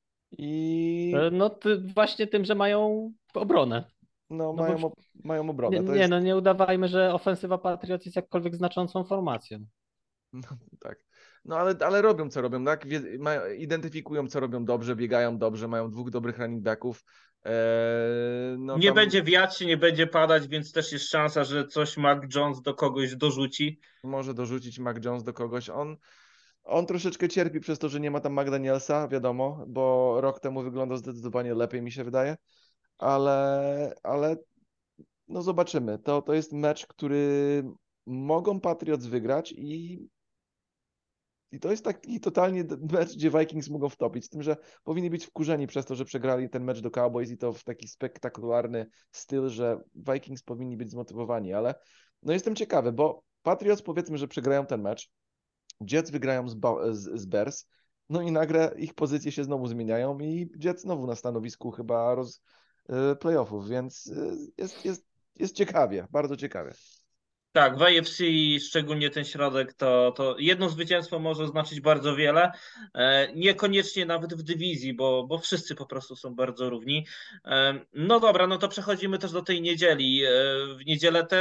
I E, No ty, właśnie tym, że mają obronę. no, No bo mają, ob- mają nie, obronę. To nie, no jest. nie udawajmy, że ofensywa Patriots jest jakkolwiek znaczącą formacją. No tak. No ale, ale robią co robią, tak? Wie, mają, identyfikują co robią dobrze, biegają dobrze, mają dwóch dobrych running backów. Eee, no Nie tam będzie wiać, nie będzie padać, więc też jest szansa, że coś Mac Jones do kogoś dorzuci. może dorzucić Mac Jones do kogoś. On, on troszeczkę cierpi przez to, że nie ma tam McDanielsa, wiadomo, bo rok temu wyglądał zdecydowanie lepiej, mi się wydaje. Ale, ale no zobaczymy. To, to jest mecz, który mogą Patriots wygrać i I to jest taki totalnie d- mecz, gdzie Vikings mogą wtopić, z tym, że powinni być wkurzeni przez to, że przegrali ten mecz do Cowboys i to w taki spektakularny styl, że Vikings powinni być zmotywowani, ale no jestem ciekawy, bo Patriots powiedzmy, że przegrają ten mecz, Jets wygrają z, Ba- z, z Bears, no i nagle ich pozycje się znowu zmieniają i Jets znowu na stanowisku chyba roz, y, playoffów, więc y, jest, jest, jest ciekawie, bardzo ciekawie. Tak, w A F C szczególnie ten środek, to, to jedno zwycięstwo może znaczyć bardzo wiele. E, Niekoniecznie nawet w dywizji, bo, bo wszyscy po prostu są bardzo równi. E, No dobra, no to przechodzimy też do tej niedzieli. E, W niedzielę też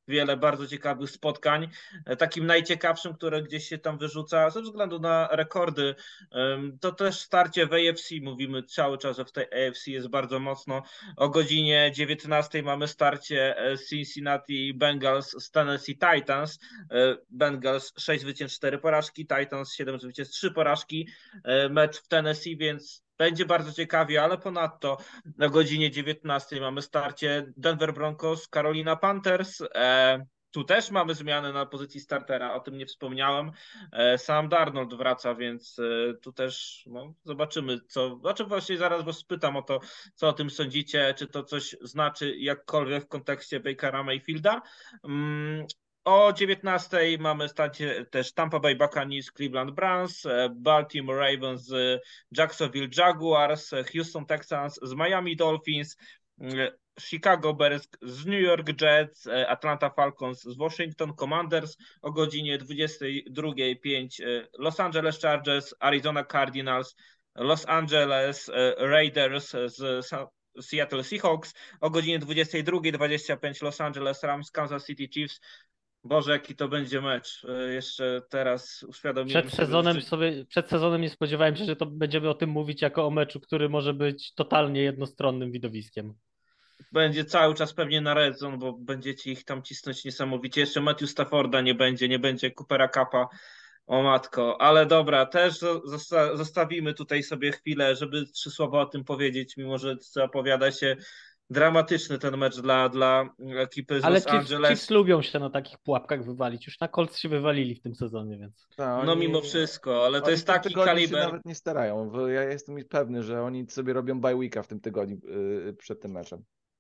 wiele bardzo ciekawych spotkań. Takim najciekawszym, które gdzieś się tam wyrzuca ze względu na rekordy, to też starcie w A F C. Mówimy cały czas, że w tej A F C jest bardzo mocno. O godzinie dziewiętnastej mamy starcie Cincinnati Bengals z Tennessee Titans. Bengals sześć zwycięstw, cztery porażki, Titans siedem zwycięstw, trzy porażki. Mecz w Tennessee, więc będzie bardzo ciekawie, ale ponadto na godzinie dziewiętnastej mamy starcie Denver Broncos, Carolina Panthers. E, tu też mamy zmianę na pozycji startera, o tym nie wspomniałem. E, Sam Darnold wraca, więc e, tu też no, zobaczymy, co. Znaczy właśnie zaraz was spytam o to, co o tym sądzicie, czy to coś znaczy jakkolwiek w kontekście Bakera Mayfielda. Mm, O dziewiętnastej mamy starcie też Tampa Bay Buccaneers, Cleveland Browns, Baltimore Ravens z Jacksonville Jaguars, Houston Texans z Miami Dolphins, Chicago Bears z New York Jets, Atlanta Falcons z Washington Commanders o godzinie dwudziestej drugiej pięć, Los Angeles Chargers, Arizona Cardinals, Los Angeles Raiders z Seattle Seahawks o godzinie dwudziestej drugiej dwadzieścia pięć, Los Angeles Rams, Kansas City Chiefs. Boże, jaki to będzie mecz. Jeszcze teraz uświadomiłem Przed sobie, sezonem że sobie, przed sezonem nie spodziewałem się, że to będziemy o tym mówić jako o meczu, który może być totalnie jednostronnym widowiskiem. będzie cały czas pewnie na red zone, bo będziecie ich tam cisnąć niesamowicie. Jeszcze Matthew Stafforda nie będzie, nie będzie Coopera Cuppa. O matko, ale dobra, też zosta zostawimy tutaj sobie chwilę, żeby trzy słowa o tym powiedzieć, mimo że zapowiada się dramatyczny ten mecz dla, dla ekipy z Ale Los Chiefs, Chiefs Angeles. lubią się na takich pułapkach wywalić. Już na Colts się wywalili w tym sezonie, więc. Tak, No mimo oni, wszystko, ale to oni w jest tym taki tygodniu się kaliber. nawet nie starają, bo ja jestem pewny, że oni sobie robią bye weeka w tym tygodniu yy, przed tym meczem.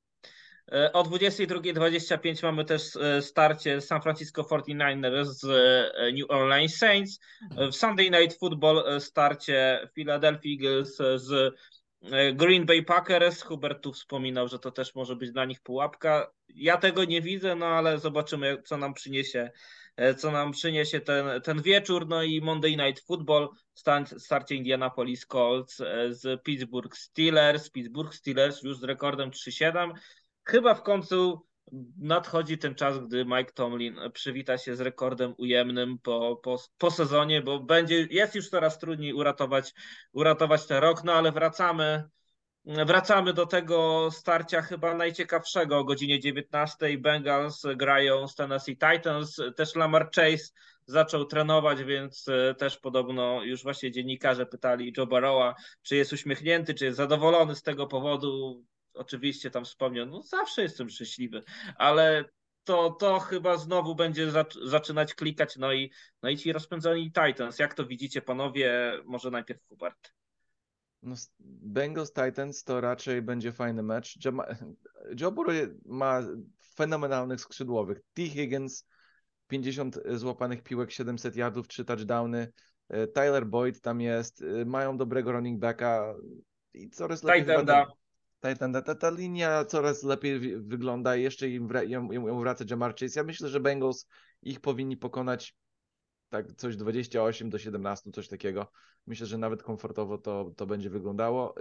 O dwudziestej drugiej dwadzieścia pięć mamy też starcie San Francisco forty-niners z New Orleans Saints. W Sunday Night Football starcie Philadelphia Eagles z Green Bay Packers. Hubert tu wspominał, że to też może być dla nich pułapka. Ja tego nie widzę, no ale zobaczymy, co nam przyniesie, co nam przyniesie ten, ten wieczór. No i Monday Night Football, starcie Indianapolis Colts z Pittsburgh Steelers. Pittsburgh Steelers już z rekordem trzy siedem. Chyba w końcu nadchodzi ten czas, gdy Mike Tomlin przywita się z rekordem ujemnym po, po, po sezonie, bo będzie, jest już coraz trudniej uratować, uratować ten rok, no ale wracamy, wracamy do tego starcia chyba najciekawszego o godzinie dziewiętnastej. Bengals grają z Tennessee Titans, też Lamar Chase zaczął trenować, więc też podobno już właśnie dziennikarze pytali Joe Burrowa, czy jest uśmiechnięty, czy jest zadowolony z tego powodu. Oczywiście tam wspomniał, no zawsze jestem szczęśliwy, ale to, to chyba znowu będzie zaczynać klikać, no i, no i ci rozpędzeni Titans. Jak to widzicie, panowie? Może najpierw Hubert. No, Bengals Titans to raczej będzie fajny mecz. Joe Burrow ma fenomenalnych skrzydłowych. T. Higgins, pięćdziesiąt złapanych piłek, siedemset yardów, trzy touchdowny. Tyler Boyd tam jest. Mają dobrego running backa i coraz lepiej wygląda. Ta, ta, ta linia coraz lepiej wygląda i jeszcze im, wra im, im wraca Ja'Marr Chase. Ja myślę, że Bengals ich powinni pokonać tak coś dwadzieścia osiem do siedemnastu, coś takiego. Myślę, że nawet komfortowo to, to będzie wyglądało.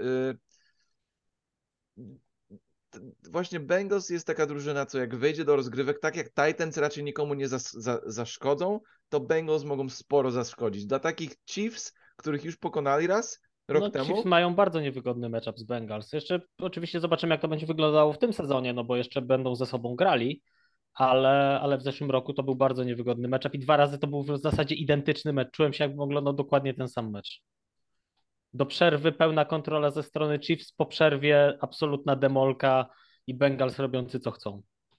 Yy... Właśnie Bengals jest taka drużyna, co jak wejdzie do rozgrywek, tak jak Titans raczej nikomu nie zas za zaszkodzą, to Bengals mogą sporo zaszkodzić. Dla takich Chiefs, których już pokonali raz, rok no, temu. Chiefs mają bardzo niewygodny matchup z Bengals. Jeszcze oczywiście zobaczymy, jak to będzie wyglądało w tym sezonie, no bo jeszcze będą ze sobą grali, ale, ale w zeszłym roku to był bardzo niewygodny matchup i dwa razy to był w zasadzie identyczny mecz. Czułem się, jakbym oglądał dokładnie ten sam mecz. Do przerwy pełna kontrola ze strony Chiefs, po przerwie absolutna demolka i Bengals robiący co chcą.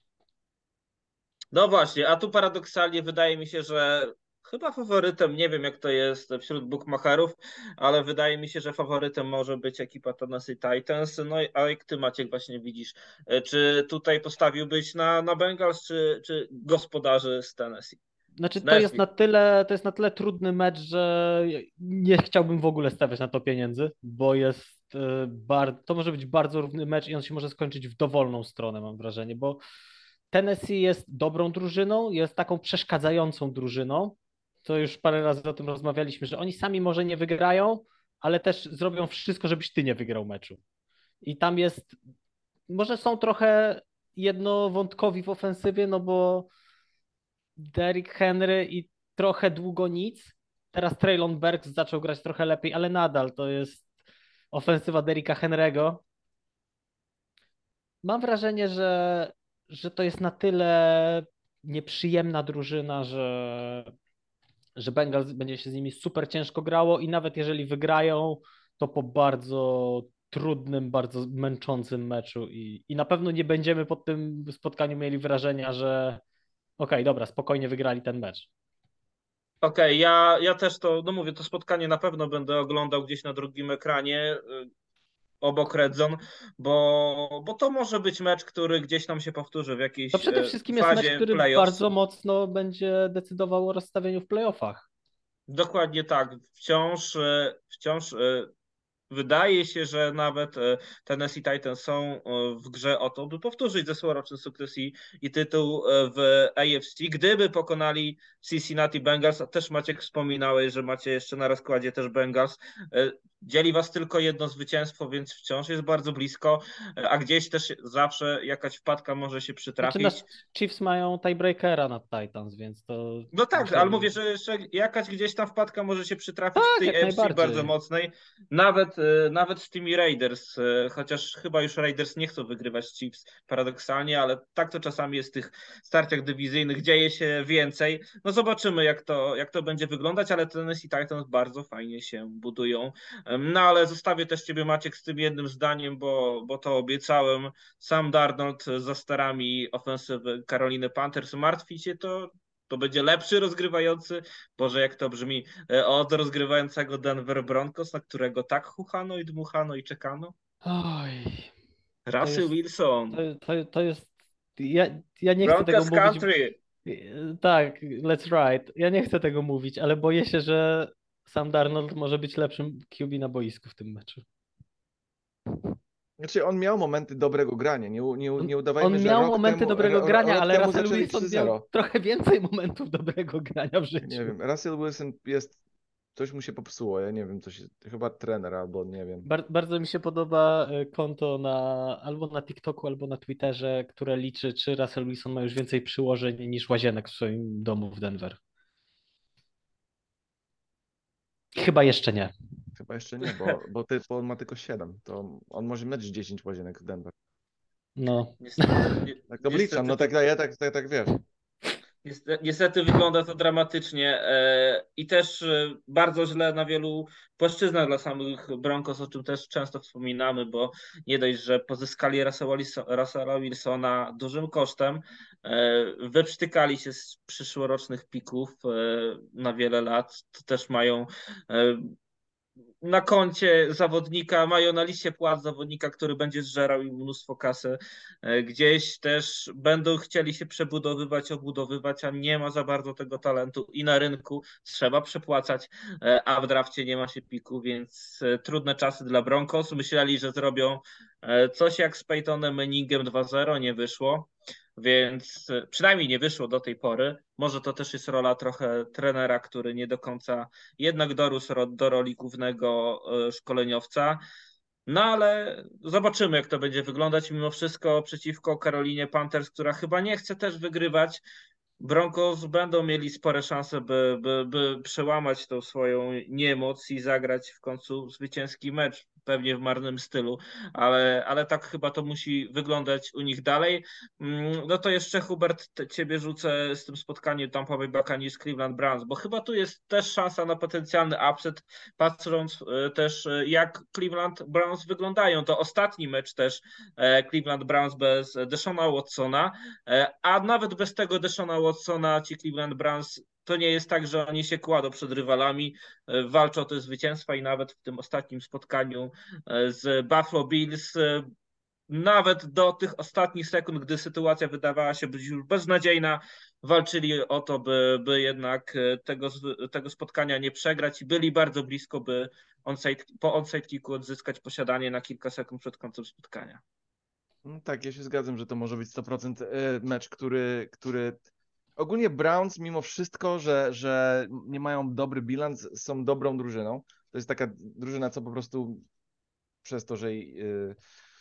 No właśnie, a tu paradoksalnie wydaje mi się, że chyba faworytem, nie wiem jak to jest wśród bookmacherów, ale wydaje mi się, że faworytem może być ekipa Tennessee Titans. No a jak ty, Maciek, właśnie widzisz, czy tutaj postawiłbyś na, na Bengals, czy, czy gospodarzy z Tennessee? Znaczy to jest na tyle, to jest na tyle trudny mecz, że nie chciałbym w ogóle stawiać na to pieniędzy, bo jest bar- to może być bardzo równy mecz i on się może skończyć w dowolną stronę, mam wrażenie, bo Tennessee jest dobrą drużyną, jest taką przeszkadzającą drużyną, to już parę razy o tym rozmawialiśmy, że oni sami może nie wygrają, ale też zrobią wszystko, żebyś ty nie wygrał meczu. I tam jest, może są trochę jednowątkowi w ofensywie, no bo Derrick Henry i trochę długo nic. Teraz Treylon Burks zaczął grać trochę lepiej, ale nadal to jest ofensywa Derricka Henry'ego. Mam wrażenie, że, że to jest na tyle nieprzyjemna drużyna, że, że Bengals będzie się z nimi super ciężko grało i nawet jeżeli wygrają, to po bardzo trudnym, bardzo męczącym meczu i, i na pewno nie będziemy po tym spotkaniu mieli wrażenia, że okej, dobra, spokojnie wygrali ten mecz. Okej, ja, ja też to, no mówię, to spotkanie na pewno będę oglądał gdzieś na drugim ekranie, y, obok Red Zone, bo, bo to może być mecz, który gdzieś tam się powtórzy w To jakiejś przede y, wszystkim jest mecz, fazie który playoffs. bardzo mocno będzie decydował o rozstawieniu w playoffach. Dokładnie tak. Wciąż, y, wciąż y, wydaje się, że nawet e, Tennessee Titans są e, w grze o to, by powtórzyć zeszłoroczny sukces i, i tytuł e, w A F C. Gdyby pokonali Cincinnati Bengals, a też Maciek wspominałeś, że macie jeszcze na rozkładzie też Bengals, e, dzieli was tylko jedno zwycięstwo, więc wciąż jest bardzo blisko, e, a gdzieś też zawsze jakaś wpadka może się Znaczy przytrafić. nas Chiefs mają tiebreakera nad Titans, więc to No tak, myślę, ale że mówię, że jeszcze jakaś gdzieś tam wpadka może się przytrafić w tak, tej jak A F C bardzo najbardziej. mocnej. Nawet, e, nawet z tymi Raiders, e, chociaż chyba już Raiders nie chcą wygrywać z Chiefs paradoksalnie, ale tak to czasami jest w tych starciach dywizyjnych, dzieje się więcej. No zobaczymy jak to, jak to będzie wyglądać, ale Tennessee Titans bardzo fajnie się budują. Em, No ale zostawię też ciebie Maciek z tym jednym zdaniem, bo, bo to obiecałem. Sam Darnold za starami ofensywy Caroliny Panthers. Martwi cię to? To będzie lepszy rozgrywający, Boże jak to brzmi, e, od rozgrywającego Denver Broncos, na którego tak chuchano i dmuchano i czekano. Oj, to Russell jest, Wilson, to, to, to jest, ja, ja nie chcę tego Broncos mówić, Country. tak, let's right, ja nie chcę tego mówić, ale boję się, że Sam Darnold może być lepszym Q B na boisku w tym meczu. Znaczy, on miał momenty dobrego grania, nie, u- nie, u- On, nie udawajmy, on że miał rok momenty temu, dobrego ro- ro- grania, rok ale temu Russell zaczęli Wilson miał trzy zero. trochę więcej momentów dobrego grania w Nie życiu. wiem, Russell Wilson jest, coś mu się popsuło, ja nie wiem, coś, chyba trener albo nie wiem. Bar bardzo mi się podoba e, konto na, albo na TikToku, albo na Twitterze, które liczy, czy Russell Wilson ma już więcej przyłożeń niż łazienek w swoim domu w Denver. Chyba jeszcze nie. Chyba jeszcze nie, bo, bo, ty, bo on ma tylko siedem, to on może mieć dziesięć łazienek w Denver. No. Niestety, ni- Tak to obliczam, niestety, no tak, ja tak, tak, tak wiesz. niestety, niestety wygląda to dramatycznie e, i też e, bardzo źle na wielu płaszczyznach dla samych Broncos, o czym też często wspominamy, bo nie dość, że pozyskali Russella Wilso- Russella Wilsona dużym kosztem, e, wyprztykali się z przyszłorocznych pików e, na wiele lat, to też mają e, na koncie zawodnika, mają na liście płac zawodnika, który będzie zżerał im mnóstwo kasy. E, Gdzieś też będą chcieli się przebudowywać, obudowywać, a nie ma za bardzo tego talentu i na rynku trzeba przepłacać, e, a w drafcie nie ma się piku, więc e, trudne czasy dla Broncos. Myśleli, że zrobią e, coś jak z Peytonem Manningiem dwa zero, nie wyszło. Więc e, przynajmniej nie wyszło do tej pory. Może to też jest rola trochę trenera, który nie do końca jednak dorósł ro- do roli głównego e, szkoleniowca. No ale zobaczymy, jak to będzie wyglądać. Mimo wszystko przeciwko Carolinie Panthers, która chyba nie chce też wygrywać. Broncos będą mieli spore szanse, by, by, by przełamać tą swoją niemoc i zagrać w końcu zwycięski mecz, pewnie w marnym stylu, ale, ale tak chyba to musi wyglądać u nich dalej. Mm, No to jeszcze Hubert, te- ciebie rzucę z tym spotkaniem Tampa Bay Buccaneers Cleveland Browns, bo chyba tu jest też szansa na potencjalny upset, patrząc e, też e, jak Cleveland Browns wyglądają. To ostatni mecz też e, Cleveland Browns bez Deshona Watsona, e, a nawet bez tego Deshona Watsona ci Cleveland Browns to nie jest tak, że oni się kładą przed rywalami, e, walczą o te zwycięstwa i nawet w tym ostatnim spotkaniu e, z Buffalo Bills e, nawet do tych ostatnich sekund, gdy sytuacja wydawała się być już beznadziejna, walczyli o to, by, by jednak e, tego, tego spotkania nie przegrać i byli bardzo blisko, by onside, po onside kicku odzyskać posiadanie na kilka sekund przed końcem spotkania. No tak, ja się zgadzam, że to może być sto procent e, mecz, który, który... Ogólnie Browns, mimo wszystko, że, że nie mają dobry bilans, są dobrą drużyną. To jest taka drużyna, co po prostu przez to, że, e,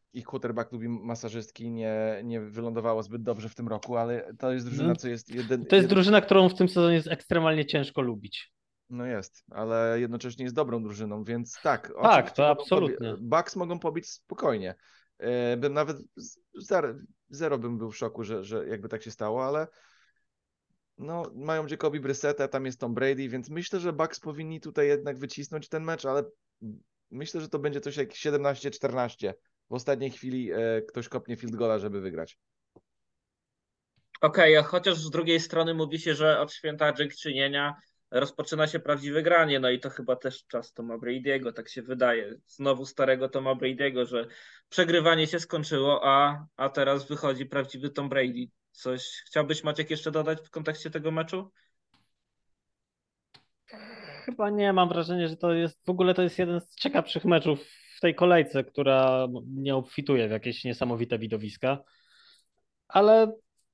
ich quarterback lubi masażystki, nie, nie wylądowało zbyt dobrze w tym roku, ale to jest drużyna, No, co jest jeden, to jest jeden, drużyna, którą w tym sezonie jest ekstremalnie ciężko lubić. no jest, ale jednocześnie jest dobrą drużyną, więc tak, Tak, oczywiście to mogą pobić, absolutnie. Bucks mogą pobić spokojnie. E, Bym nawet z- zero, zero bym był w szoku, że, że jakby tak się stało, ale no, mają Jacoby Brissetta, tam jest Tom Brady, więc myślę, że Bucks powinni tutaj jednak wycisnąć ten mecz, ale myślę, że to będzie coś jak siedemnaście czternaście. W ostatniej chwili e, ktoś kopnie field goala, żeby wygrać. Okej, a chociaż z drugiej strony mówi się, że od święta dziękczynienia rozpoczyna się prawdziwe granie, no i to chyba też czas Toma Brady'ego, tak się wydaje. Znowu starego Toma Brady'ego, że przegrywanie się skończyło, a, a teraz wychodzi prawdziwy Tom Brady. Coś chciałbyś, Maciek, jeszcze dodać w kontekście tego meczu? Chyba nie, mam wrażenie, że to jest, w ogóle to jest jeden z ciekawszych meczów w tej kolejce, która nie obfituje w jakieś niesamowite widowiska, ale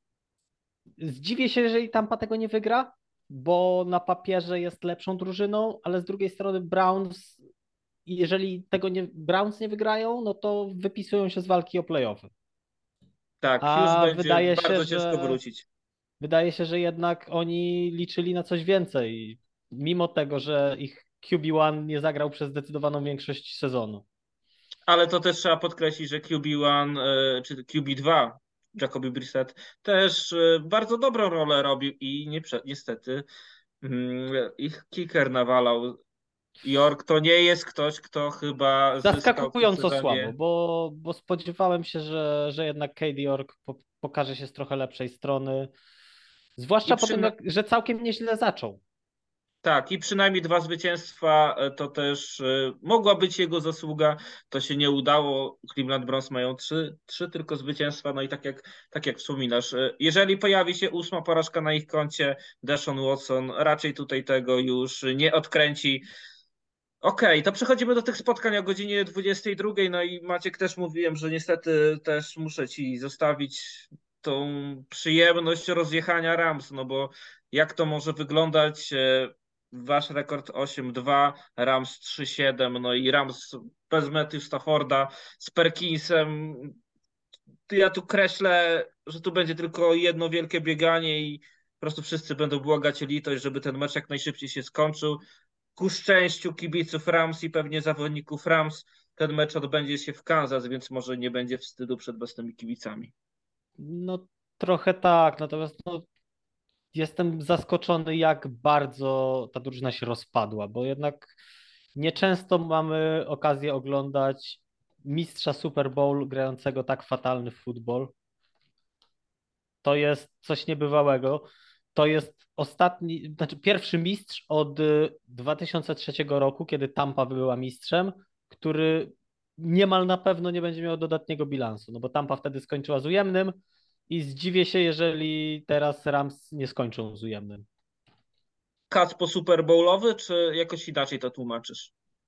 zdziwię się, jeżeli Tampa tego nie wygra, bo na papierze jest lepszą drużyną, ale z drugiej strony Browns, jeżeli tego nie, Browns nie wygrają, no to wypisują się z walki o playoffy. Tak, już A będzie wydaje się, bardzo ciężko że wrócić. wydaje się, że jednak oni liczyli na coś więcej, mimo tego, że ich Q B jeden nie zagrał przez zdecydowaną większość sezonu. Ale to też trzeba podkreślić, że Q B jeden e, czy Q B dwa, Jacoby Brissett, też e, bardzo dobrą rolę robił i nie, niestety mm, ich kicker nawalał. York to nie jest ktoś, kto chyba zyskał w tym Zaskakująco słabo, sezonie. bo, bo spodziewałem się, że, że jednak Cade York po, pokaże się z trochę lepszej strony. I Zwłaszcza po tym, przyna jak, że całkiem nieźle zaczął. tak, i przynajmniej dwa zwycięstwa e, to też e, mogła być jego zasługa. To się nie udało. Cleveland Browns mają trzy, trzy tylko zwycięstwa. No i tak jak, tak jak wspominasz, e, jeżeli pojawi się ósma porażka na ich koncie, Deshaun Watson raczej tutaj tego już nie odkręci. Okej, to przechodzimy do tych spotkań o godzinie dwudziestej drugiej. No i Maciek, też mówiłem, że niestety też muszę ci zostawić tą przyjemność rozjechania Rams, no bo jak to może wyglądać? e, Wasz rekord osiem dwa, Rams trzy siedem, no i Rams bez Matthew Stafforda z Perkinsem. Ja tu kreślę, że tu będzie tylko jedno wielkie bieganie i po prostu wszyscy będą błagać o litość, żeby ten mecz jak najszybciej się skończył. Ku szczęściu kibiców Rams i pewnie zawodników Rams ten mecz odbędzie się w Kansas, więc może nie będzie wstydu przed własnymi kibicami. No trochę tak, natomiast no, jestem zaskoczony, jak bardzo ta drużyna się rozpadła, bo jednak nieczęsto mamy okazję oglądać mistrza Super Bowl grającego tak fatalny futbol. To jest coś niebywałego. To jest ostatni, znaczy pierwszy mistrz od y, dwa tysiące trzeciego roku, kiedy Tampa była mistrzem, który niemal na pewno nie będzie miał dodatniego bilansu, no bo Tampa wtedy skończyła z ujemnym i zdziwię się, jeżeli teraz Rams nie skończą z ujemnym. Kat po Super Bowlowy, czy jakoś inaczej to tłumaczysz?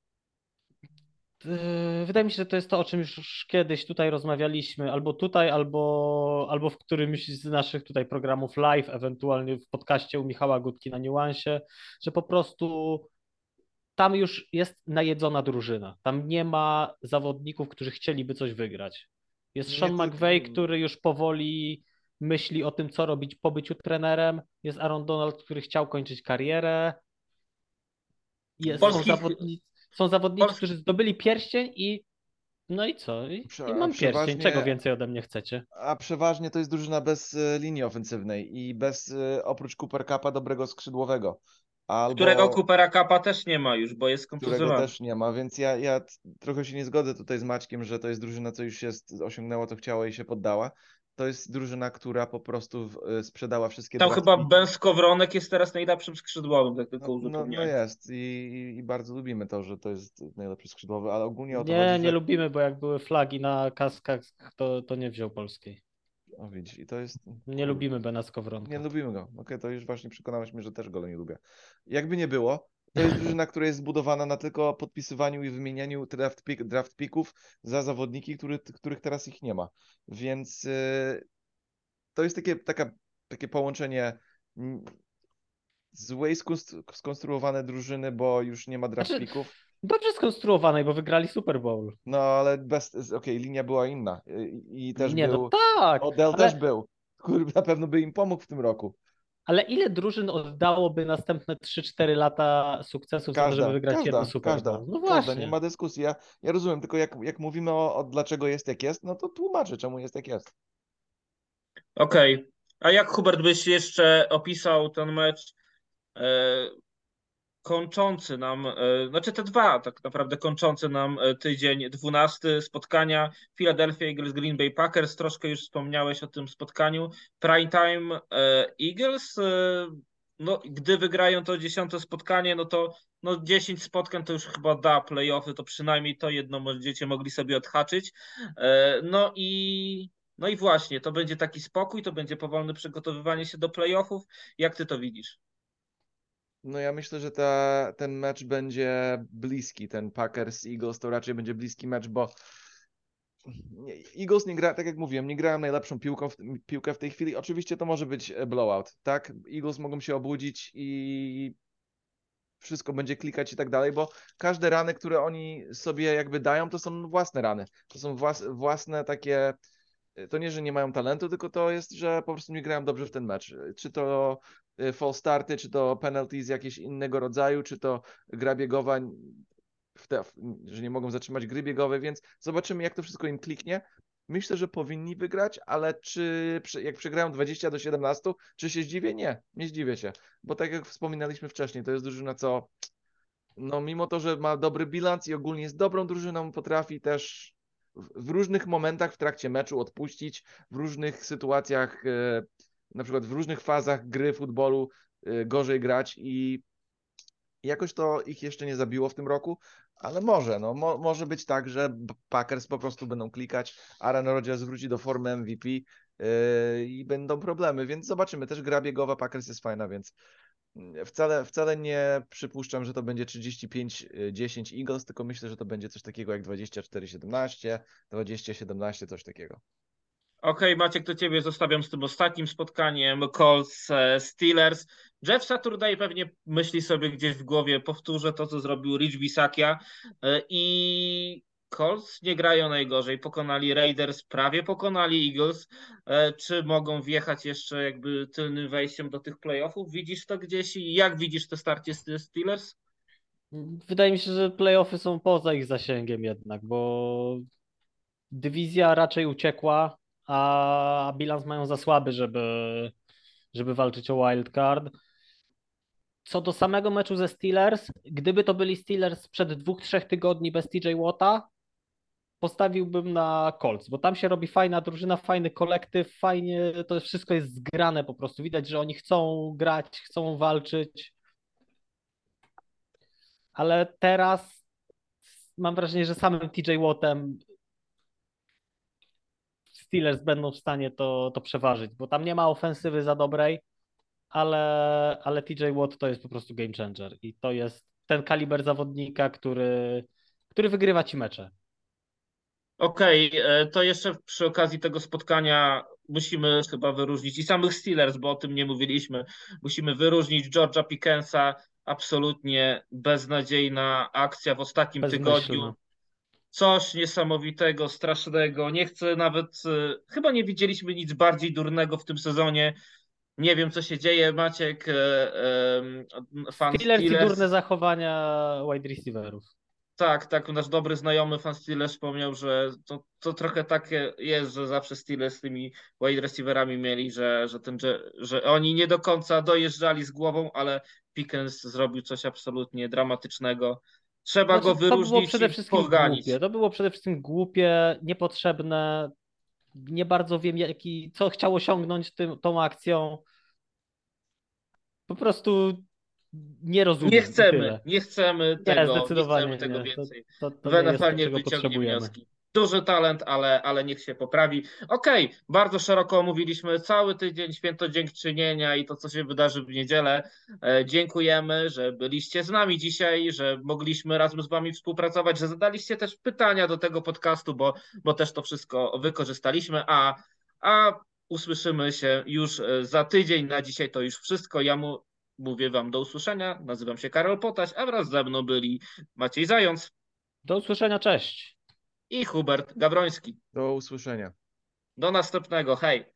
Yy, Wydaje mi się, że to jest to, o czym już kiedyś tutaj rozmawialiśmy, albo tutaj, albo, albo w którymś z naszych tutaj programów live, ewentualnie w podcaście u Michała Gutki na Niuansie, że po prostu tam już jest najedzona drużyna. Tam nie ma zawodników, którzy chcieliby coś wygrać. Jest Nie Sean tylko. McVay, który już powoli myśli o tym, co robić po byciu trenerem. Jest Aaron Donald, który chciał kończyć karierę. Jest, są Polskich, zawodnicy, są zawodnicy, polskich którzy zdobyli pierścień i no i co? I, i Prze- a mam pierścień. Czego przeważnie, więcej ode mnie chcecie? a przeważnie to jest drużyna bez e, linii ofensywnej i bez e, oprócz Cooper Cupa dobrego skrzydłowego. którego Albo Coopera Cupa też nie ma już, bo jest którego kontuzjowany. też nie ma, więc ja, ja t- trochę się nie zgodzę tutaj z Maćkiem, że to jest drużyna, co już jest, osiągnęła, co chciała i się poddała. To jest drużyna, która po prostu w, y, sprzedała wszystkie Tam draft chyba Ben piki. Skowronek jest teraz najlepszym skrzydłowym, tak No, tylko no, no uzupełniając. jest I, i, i bardzo lubimy to, że to jest najlepszy skrzydłowy, ale ogólnie o to chodzi, Nie, nie że lubimy, bo jak były flagi na kaskach, to, to nie wziął polskiej. o widzisz, i to jest, Nie kurde, lubimy Bena nie Skowronka. lubimy go. Okej, to już właśnie przekonałeś mnie, że też go nie lubię. Jakby nie było, to jest drużyna, która jest zbudowana na tylko podpisywaniu i wymienianiu draft, pick, draft picków za zawodniki, który, których teraz ich nie ma. Więc y, to jest takie, taka, takie połączenie mm, złej skonstru- skonstruowane drużyny, bo już nie ma draft Znaczy, picków. Dobrze skonstruowanej, bo wygrali Super Bowl. No ale bez, okej, linia była inna i, i też Nie, no był, tak, Odell też ale, był, który na pewno by im pomógł w tym roku. ale ile drużyn oddałoby następne trzy cztery lata sukcesów za to, żeby Każda, wygrać jedno każda, Super każda, Bowl? No każda, nie właśnie. ma dyskusji. Ja, ja rozumiem, tylko jak, jak mówimy o, o dlaczego jest jak jest, no to tłumaczę, czemu jest jak jest. Okej. A jak Hubert byś jeszcze opisał ten mecz e, kończący nam, e, znaczy te dwa tak naprawdę kończący nam e, tydzień dwunasty spotkania Philadelphia Eagles, Green Bay Packers, troszkę już wspomniałeś o tym spotkaniu. Primetime e, Eagles, e, no gdy wygrają to dziesiąte spotkanie, no to no dziesięć spotkań to już chyba da playoffy, to przynajmniej to jedno będziecie mogli sobie odhaczyć. E, No i no i właśnie, to będzie taki spokój, to będzie powolne przygotowywanie się do playoffów. Jak ty to widzisz? No ja myślę, że ta, ten mecz będzie bliski, ten Packers-Eagles to raczej będzie bliski mecz, bo nie- Eagles nie gra, tak jak mówiłem, nie grają najlepszą piłką, w- piłkę w tej chwili. Oczywiście to może być e, blowout, tak? Eagles mogą się obudzić i wszystko będzie klikać i tak dalej, bo każde rany, które oni sobie jakby dają, to są własne rany. To są włas, własne takie, to nie, że nie mają talentu, tylko to jest, że po prostu nie grają dobrze w ten mecz. Czy to e, false starty, czy to penalties jakieś innego rodzaju, czy to gra biegowa, w te, że nie mogą zatrzymać gry biegowej, więc zobaczymy, jak to wszystko im kliknie. Myślę, że powinni wygrać, ale czy przy- jak przegrają dwadzieścia do siedemnastu, czy się zdziwię? Nie, nie zdziwię się, bo tak jak wspominaliśmy wcześniej, to jest drużyna, co no mimo to, że ma dobry bilans i ogólnie jest dobrą drużyną, potrafi też w, w różnych momentach w trakcie meczu odpuścić, w różnych sytuacjach, e, na przykład w różnych fazach gry futbolu e, gorzej grać i jakoś to ich jeszcze nie zabiło w tym roku, ale może, no mo, może być tak, że B- Packers po prostu będą klikać, Aaron Rodgers wróci do formy M V P e, i będą problemy, więc zobaczymy. Też gra biegowa Packers jest fajna, więc Wcale, wcale nie przypuszczam, że to będzie trzydzieści pięć dziesięć Eagles, tylko myślę, że to będzie coś takiego jak dwadzieścia cztery siedemnaście, dwadzieścia siedemnaście, coś takiego. Okej, Maciek, to ciebie zostawiam z tym ostatnim spotkaniem Colts e, Steelers. Jeff Saturday pewnie myśli sobie gdzieś w głowie, powtórzę to, co zrobił Rich Bisaccia e, i Colts nie grają najgorzej. Pokonali Raiders, prawie pokonali Eagles. E, Czy mogą wjechać jeszcze jakby tylnym wejściem do tych playoffów? Widzisz to gdzieś i jak widzisz te starcie z Steelers? Wydaje mi się, że playoffy są poza ich zasięgiem jednak, bo dywizja raczej uciekła, a bilans mają za słaby, żeby, żeby walczyć o wild card. Co do samego meczu ze Steelers, gdyby to byli Steelers sprzed dwóch, trzech tygodni bez T J Watta, postawiłbym na Colts, bo tam się robi fajna drużyna, fajny kolektyw, fajnie, to wszystko jest zgrane po prostu. Widać, że oni chcą grać, chcą walczyć, ale teraz mam wrażenie, że samym T J Wattem Steelers będą w stanie to, to przeważyć, bo tam nie ma ofensywy za dobrej, ale, ale T J Watt to jest po prostu game changer i to jest ten kaliber zawodnika, który, który wygrywa ci mecze. Okej, e, to jeszcze przy okazji tego spotkania musimy chyba wyróżnić i samych Steelers, bo o tym nie mówiliśmy. Musimy wyróżnić George'a Pickensa. Absolutnie beznadziejna akcja w ostatnim Bezmyślny. tygodniu. Coś niesamowitego, strasznego. Nie chcę nawet, e, chyba nie widzieliśmy nic bardziej durnego w tym sezonie. Nie wiem, co się dzieje. Maciek, e, e, fan Steelers i Steelers. durne zachowania wide receiverów. Tak, tak, nasz dobry znajomy fan Steelers wspomniał, że to, to trochę takie jest, że zawsze Steelers z tymi wide receiverami mieli, że, że, ten, że, że oni nie do końca dojeżdżali z głową, ale Pickens zrobił coś absolutnie dramatycznego. Trzeba go Znaczy, to było wyróżnić przede i wszystkim głupie. poganić. To było przede wszystkim głupie, niepotrzebne. Nie bardzo wiem, jaki, co chciał osiągnąć tym, tą akcją. Po prostu nie Nie rozumiem i chcemy, tyle. nie chcemy Nie, tego, nie chcemy zdecydowanie tego nie. To, więcej. to, to W nie jest N F L to, niech czego wyciągnie potrzebujemy. wnioski. Duży talent, ale, ale niech się poprawi. Okej, bardzo szeroko omówiliśmy cały tydzień, święto dziękczynienia i to, co się wydarzy w niedzielę. E, dziękujemy, że byliście z nami dzisiaj, że mogliśmy razem z wami współpracować, że zadaliście też pytania do tego podcastu, bo, bo też to wszystko wykorzystaliśmy, a, a usłyszymy się już e, za tydzień. Na dzisiaj to już wszystko. Ja mu mówię wam do usłyszenia. Nazywam się Karol Potaś, a wraz ze mną byli Maciej Zając Do usłyszenia, cześć. i Hubert Gawroński. Do usłyszenia. Do następnego, hej!